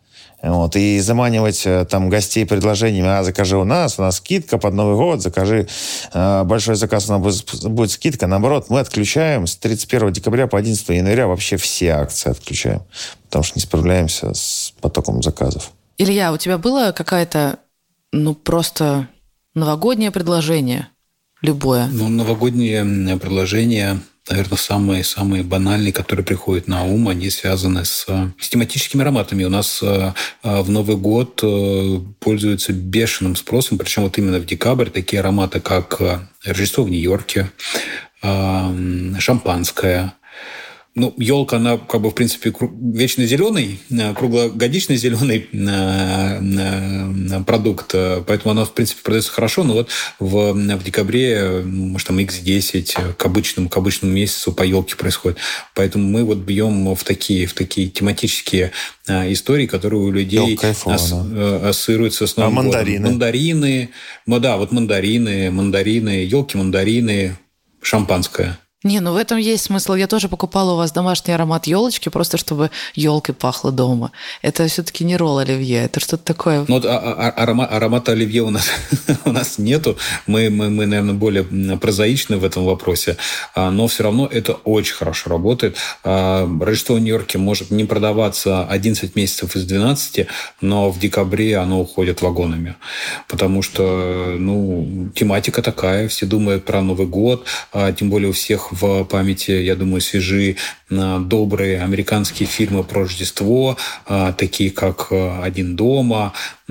И заманивать гостей предложениями, закажи у нас скидка под Новый год, закажи большой заказ, у нас будет скидка. Наоборот, мы отключаем с 31 декабря по 11 января вообще все акции отключаем, потому что не справляемся с потоком заказов. Илья, у тебя было какое-то, просто новогоднее предложение? Любое? Новогоднее предложение... Наверное, самые банальные, которые приходят на ум, они связаны с тематическими ароматами. У нас в Новый год пользуются бешеным спросом, причем именно в декабрь такие ароматы, как Рождество в Нью-Йорке, шампанское, елка, она как бы, в принципе, вечно зеленый, круглогодично зеленый продукт, поэтому она, в принципе, продается хорошо, но вот в декабре, может, там X10 к обычному месяцу по елке происходит. Поэтому мы вот бьем в такие тематические истории, которые у людей ассоциируются с Новым годом. Мандарины. Мандарины, елки, мандарины, шампанское. Не, в этом есть смысл. Я тоже покупала у вас домашний аромат елочки, просто чтобы елкой пахло дома. Это все-таки не ролл оливье, это что-то такое. Аромата оливье у нас нету. Мы, наверное, более прозаичны в этом вопросе. Но все равно это очень хорошо работает. Рождество в Нью-Йорке может не продаваться 11 месяцев из 12, но в декабре оно уходит вагонами. Потому что, тематика такая. Все думают про Новый год. Тем более у всех в памяти, я думаю, свежи добрые американские фильмы про Рождество, такие как «Один дома»,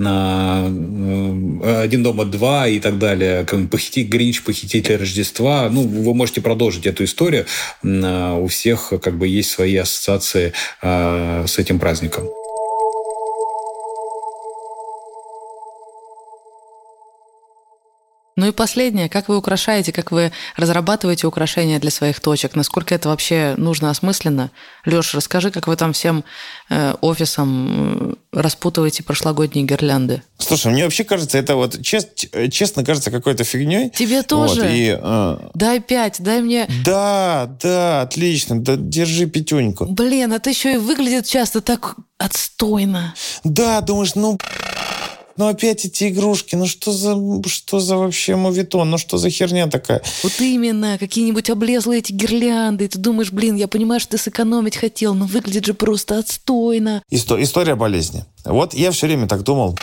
«Один дома 2» и так далее. «Гринч. Похититель Рождества». Вы можете продолжить эту историю. У всех как бы есть свои ассоциации с этим праздником. И последнее, как вы украшаете, как вы разрабатываете украшения для своих точек? Насколько это вообще нужно, осмысленно? Лёш, расскажи, как вы там всем офисом распутываете прошлогодние гирлянды. Слушай, мне вообще кажется, это вот честно кажется какой-то фигней. Тебе тоже? Дай 5, дай мне... Да, отлично, да, держи 5. Блин, это еще и выглядит часто так отстойно. Да, думаешь, опять эти игрушки, что за вообще мувитон, что за херня такая? Вот именно, какие-нибудь облезлые эти гирлянды, и ты думаешь, я понимаю, что ты сэкономить хотел, но выглядит же просто отстойно. История болезни. Вот я все время так думал,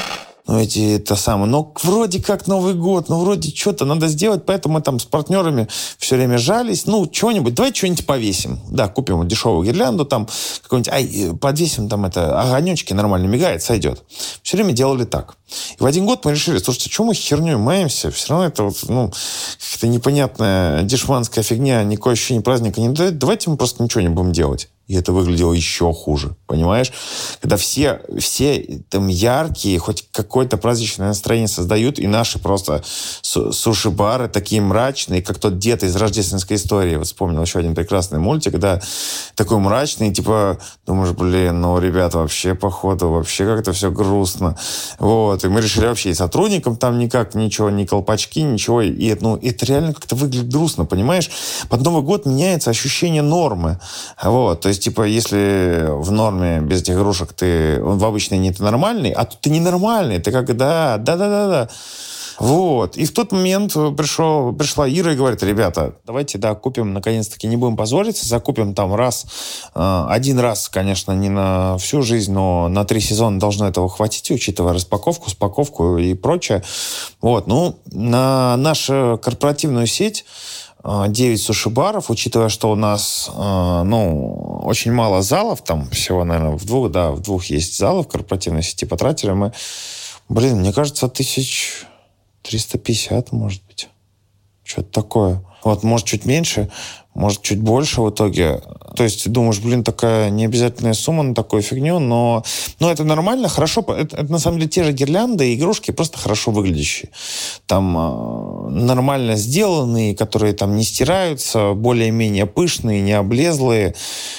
вроде как Новый год, вроде что-то надо сделать, поэтому мы там с партнерами все время жались, давай что-нибудь повесим. Да, купим дешевую гирлянду, там какой-нибудь, подвесим там огонечки, нормально мигает, сойдет. Все время делали так. И в один год мы решили, слушайте, что мы херней маемся? Все равно это какая-то непонятная дешманская фигня, никакое ощущение праздника не дает. Давайте мы просто ничего не будем делать. И это выглядело еще хуже, понимаешь? Когда все там яркие, хоть какое-то праздничное настроение создают, и наши просто суши-бары такие мрачные, как тот дед из «Рождественской истории». Вот вспомнил еще один прекрасный мультик, да, такой мрачный, думаешь, ребята, вообще, походу, вообще как-то все грустно. Вот, и мы решили вообще и сотрудникам там никак ничего, ни колпачки, ничего, и это реально как-то выглядит грустно, понимаешь? Под Новый год меняется ощущение нормы, вот, то есть если в норме без этих игрушек он в обычной не ты нормальный, а тут ты ненормальный, ты как да. Вот. И в тот момент пришла Ира и говорит, ребята, давайте, купим, наконец-таки, не будем позориться, закупим там один раз, конечно, не на всю жизнь, но на 3 сезона должно этого хватить, учитывая распаковку, спаковку и прочее. Вот. На нашу корпоративную сеть 9 суши-баров, учитывая, что у нас очень мало залов, там всего, наверное, в двух есть залы в корпоративной сети, потратили мы, мне кажется, 1350, может быть. Что-то такое. Вот, может, чуть меньше, может, чуть больше в итоге. То есть, думаешь, такая необязательная сумма на такую фигню, но это нормально, хорошо. Это на самом деле те же гирлянды и игрушки, просто хорошо выглядящие. Там нормально сделанные, которые там не стираются, более-менее пышные, не облезлые.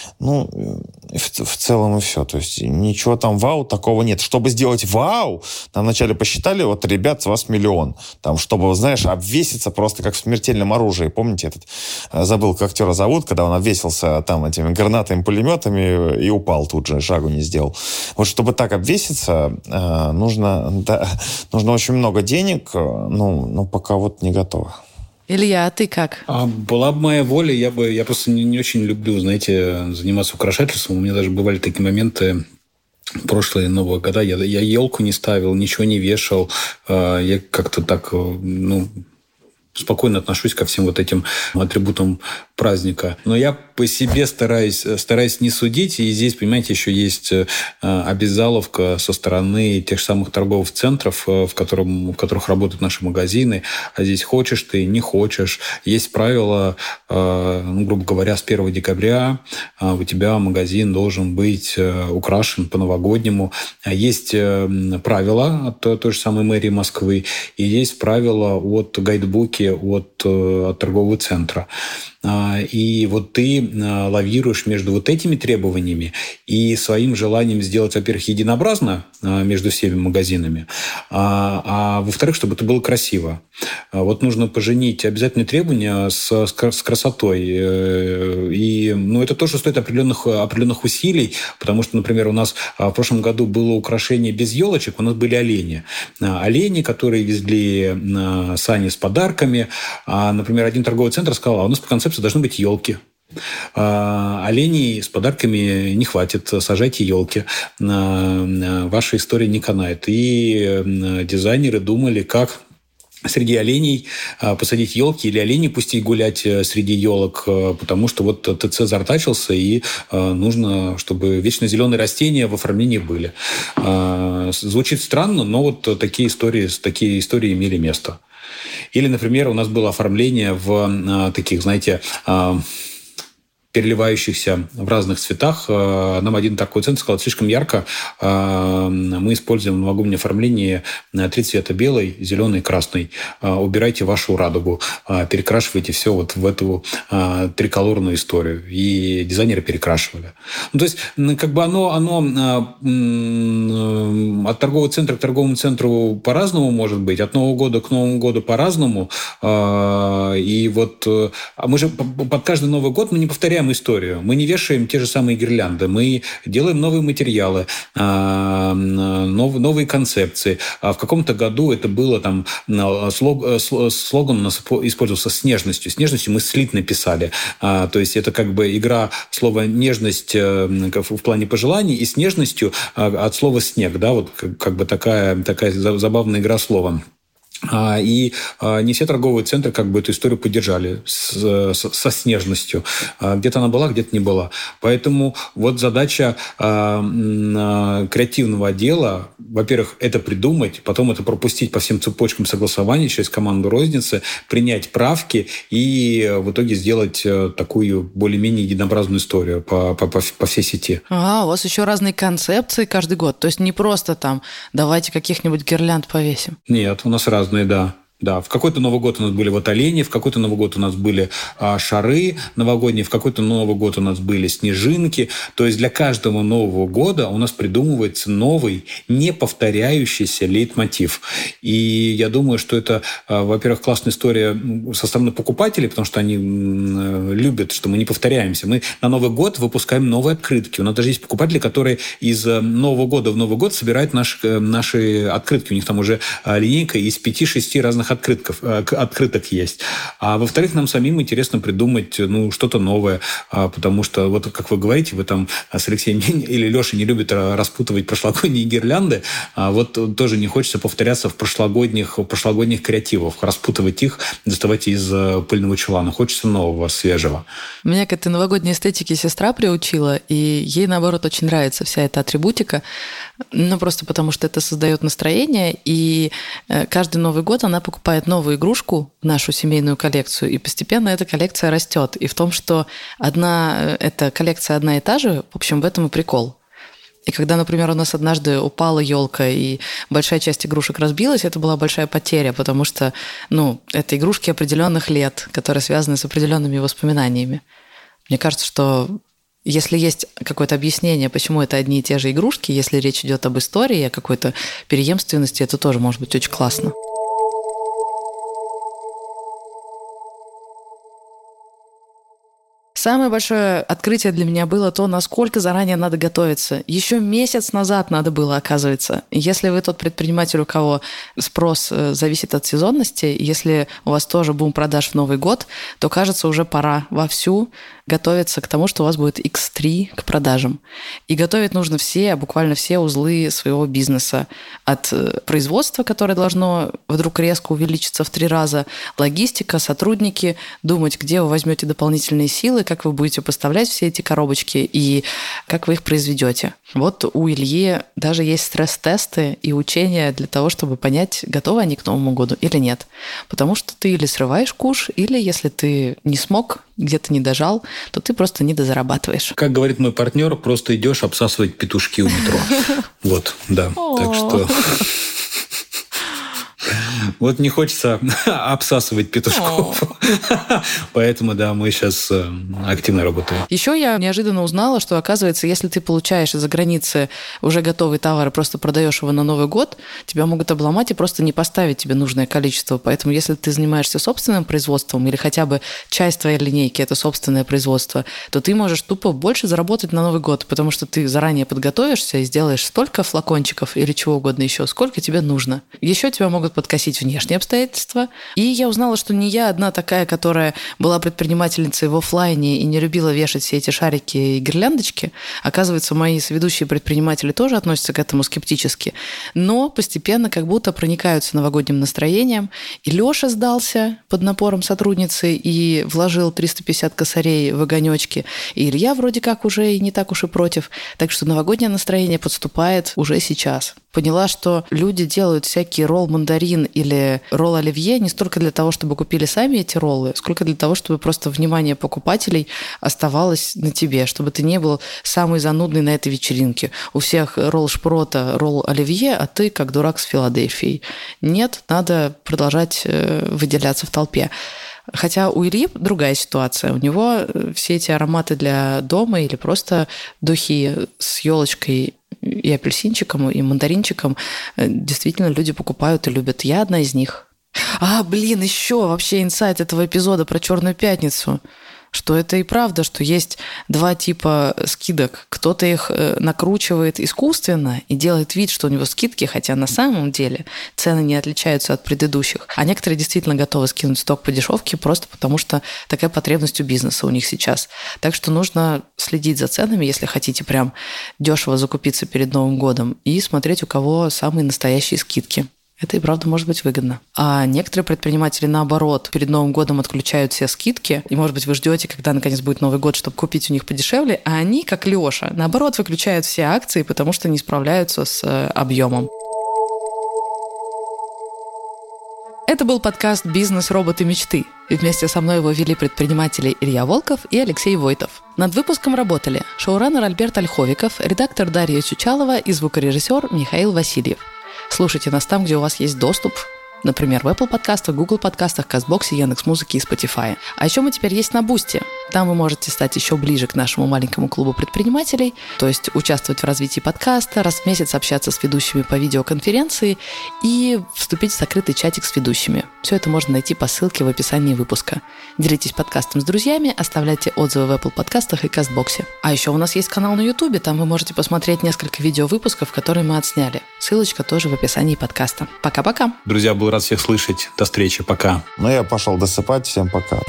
В целом и все. То есть ничего там вау такого нет. Чтобы сделать вау, нам вначале посчитали, ребят, с вас 1 миллион. Там, чтобы, обвеситься просто как в «Смертельном оружии». Помните, забыл, как актера зовут, когда он обвесился там этими гранатами, пулеметами и упал тут же, шагу не сделал. Вот чтобы так обвеситься, нужно очень много денег, пока не готово. Илья, а ты как? Была бы моя воля, я просто не очень люблю, заниматься украшательством. У меня даже бывали такие моменты прошлые Нового года. Я елку не ставил, ничего не вешал. Я как-то так, спокойно отношусь ко всем вот этим атрибутам праздника. Но я по себе стараюсь не судить. И здесь, понимаете, еще есть обязаловка со стороны тех же самых торговых центров, в которых работают наши магазины. А здесь хочешь ты, не хочешь. Есть правила, грубо говоря, с 1 декабря у тебя магазин должен быть украшен по-новогоднему. Есть правила от той же самой мэрии Москвы, и есть правила от гайдбуки от торгового центра. И вот ты лавируешь между вот этими требованиями и своим желанием сделать, во-первых, единообразно между всеми магазинами, а во-вторых, чтобы это было красиво. Вот нужно поженить обязательные требования с красотой. И это тоже стоит определенных усилий, потому что, например, у нас в прошлом году было украшение без елочек, у нас были олени. Олени, которые везли сани с подарками. Например, один торговый центр сказал, у нас по концепции должны быть елки. Оленей с подарками не хватит, сажайте елки. Ваша история не канает. И дизайнеры думали, как среди оленей посадить елки или оленей пустить гулять среди елок, потому что вот ТЦ заортачился, и нужно, чтобы вечно зеленые растения в оформлении были. Звучит странно, но вот такие истории имели место. Или, например, у нас было оформление в таких, знаете, переливающихся в разных цветах. Нам один такой центр сказал, слишком ярко. Мы используем в новогоднем оформлении 3 цвета: белый, зеленый, красный. Убирайте вашу радугу. Перекрашивайте все вот в эту триколорную историю. И дизайнеры перекрашивали. То есть, как бы оно от торгового центра к торговому центру по-разному может быть, от Нового года к Новому году по-разному. И вот мы же под каждый Новый год мы не повторяем историю. Мы не вешаем те же самые гирлянды. Мы делаем новые материалы, новые концепции. В каком-то году это было там слоган у нас использовался с нежностью. С нежностью мы слитно писали. То есть это как бы игра слова нежность в плане пожеланий и с нежностью от слова снег. Да? Вот как бы такая забавная игра слова. И не все торговые центры как бы эту историю поддержали со снежностью. Где-то она была, где-то не была. Поэтому вот задача креативного отдела, во-первых, это придумать, потом это пропустить по всем цепочкам согласования через команду розницы, принять правки и в итоге сделать такую более-менее единообразную историю по всей сети. У вас еще разные концепции каждый год? То есть не просто там давайте каких-нибудь гирлянд повесим? Нет, у нас разные, да. Да, в какой-то Новый год у нас были вот олени, в какой-то Новый год у нас были шары новогодние, в какой-то Новый год у нас были снежинки. То есть для каждого Нового года у нас придумывается новый, не повторяющийся лейтмотив. И я думаю, что это, во-первых, классная история со стороны покупателей, потому что они любят, что мы не повторяемся. Мы на Новый год выпускаем новые открытки. У нас даже есть покупатели, которые из Нового года в Новый год собирают наши открытки. У них там уже линейка из 5-6 разных открыток есть. А во-вторых, нам самим интересно придумать что-то новое, потому что, вот как вы говорите, вы там с Алексеем или Лешей не любят распутывать прошлогодние гирлянды, а вот тоже не хочется повторяться в прошлогодних креативах, распутывать их, доставать из пыльного чулана. Хочется нового, свежего. Меня к этой новогодней эстетике сестра приучила, и ей, наоборот, очень нравится вся эта атрибутика, просто потому что это создает настроение, и каждый Новый год она покупает новую игрушку в нашу семейную коллекцию, и постепенно эта коллекция растет. И в том, что эта коллекция одна и та же, в общем, в этом и прикол. И когда, например, у нас однажды упала елка, и большая часть игрушек разбилась, это была большая потеря, потому что, это игрушки определенных лет, которые связаны с определенными воспоминаниями. Мне кажется, что если есть какое-то объяснение, почему это одни и те же игрушки, если речь идет об истории, о какой-то преемственности, это тоже может быть очень классно. Самое большое открытие для меня было то, насколько заранее надо готовиться. Еще месяц назад надо было, оказывается. Если вы тот предприниматель, у кого спрос зависит от сезонности, если у вас тоже бум продаж в Новый год, то, кажется, уже пора вовсю готовиться к тому, что у вас будет X3 к продажам. И готовить нужно буквально все узлы своего бизнеса. От производства, которое должно вдруг резко увеличиться в 3 раза, логистика, сотрудники, думать, где вы возьмете дополнительные силы, как вы будете поставлять все эти коробочки и как вы их произведете. Вот у Ильи даже есть стресс-тесты и учения для того, чтобы понять, готовы они к Новому году или нет. Потому что ты или срываешь куш, или если ты не смог, где-то не дожал, то ты просто не дозарабатываешь. Как говорит мой партнер, просто идешь обсасывать петушки у метро. Вот, да. Так что... Вот не хочется обсасывать петушков. Поэтому, да, мы сейчас активно работаем. Еще я неожиданно узнала, что, оказывается, если ты получаешь из-за границы уже готовый товар и просто продаешь его на Новый год, тебя могут обломать и просто не поставить тебе нужное количество. Поэтому, если ты занимаешься собственным производством или хотя бы часть твоей линейки – это собственное производство, то ты можешь тупо больше заработать на Новый год, потому что ты заранее подготовишься и сделаешь столько флакончиков или чего угодно еще, сколько тебе нужно. Еще тебя могут подкосить внешние обстоятельства. И я узнала, что не я одна такая, которая была предпринимательницей в офлайне и не любила вешать все эти шарики и гирляндочки. Оказывается, мои соведущие предприниматели тоже относятся к этому скептически, но постепенно как будто проникаются новогодним настроением. И Леша сдался под напором сотрудницы и вложил 350 косарей в огонечки. И Илья вроде как уже и не так уж и против. Так что новогоднее настроение подступает уже сейчас. Поняла, что люди делают всякие ролл-мандарин или ролл-оливье не столько для того, чтобы купили сами эти роллы, сколько для того, чтобы просто внимание покупателей оставалось на тебе, чтобы ты не был самый занудный на этой вечеринке. У всех ролл-шпрота, ролл-оливье, а ты как дурак с Филадельфией. Нет, надо продолжать выделяться в толпе. Хотя у Ильи другая ситуация. У него все эти ароматы для дома или просто духи с елочкой и апельсинчиком, и мандаринчиком действительно люди покупают и любят. Я одна из них. Еще вообще инсайт этого эпизода про Черную пятницу. Что это и правда, что есть 2 типа скидок. Кто-то их накручивает искусственно и делает вид, что у него скидки, хотя на самом деле цены не отличаются от предыдущих. А некоторые действительно готовы скинуть сток по дешевке просто потому, что такая потребность у бизнеса у них сейчас. Так что нужно следить за ценами, если хотите прям дешево закупиться перед Новым годом, и смотреть, у кого самые настоящие скидки. Это и правда может быть выгодно. А некоторые предприниматели, наоборот, перед Новым годом отключают все скидки, и, может быть, вы ждете, когда наконец будет Новый год, чтобы купить у них подешевле, а они, как Леша, наоборот, выключают все акции, потому что не справляются с объемом. Это был подкаст «Бизнес. Роботы. Мечты». И вместе со мной его вели предприниматели Илья Волков и Алексей Войтов. Над выпуском работали шоураннер Альберт Ольховиков, редактор Дарья Чучалова и звукорежиссер Михаил Васильев. Слушайте нас там, где у вас есть доступ, например, в Apple подкастах, Google подкастах, Кастбоксе, Яндекс.Музыке и Spotify. А еще мы теперь есть на Бусти. Там вы можете стать еще ближе к нашему маленькому клубу предпринимателей, то есть участвовать в развитии подкаста, раз в месяц общаться с ведущими по видеоконференции и вступить в закрытый чатик с ведущими. Все это можно найти по ссылке в описании выпуска. Делитесь подкастом с друзьями, оставляйте отзывы в Apple подкастах и Кастбоксе. А еще у нас есть канал на YouTube, там вы можете посмотреть несколько видеовыпусков, которые мы отсняли. Ссылочка тоже в описании подкаста. Пока-пока. Друзья, был рад всех слышать. До встречи. Пока. Ну, я пошел досыпать. Всем пока.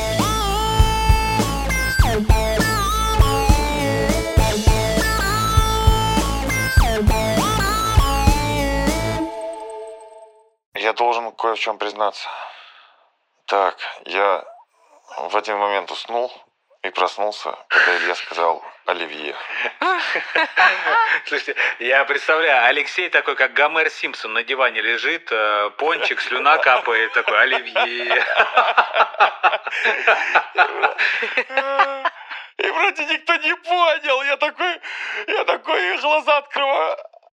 Я должен кое в чем признаться. Так, я в один момент уснул и проснулся, когда Илья сказал «Оливье». Слушайте, я представляю, Алексей такой, как Гомер Симпсон, на диване лежит, пончик, слюна капает, такой «Оливье». И вроде никто не понял. Я такой глаза открываю.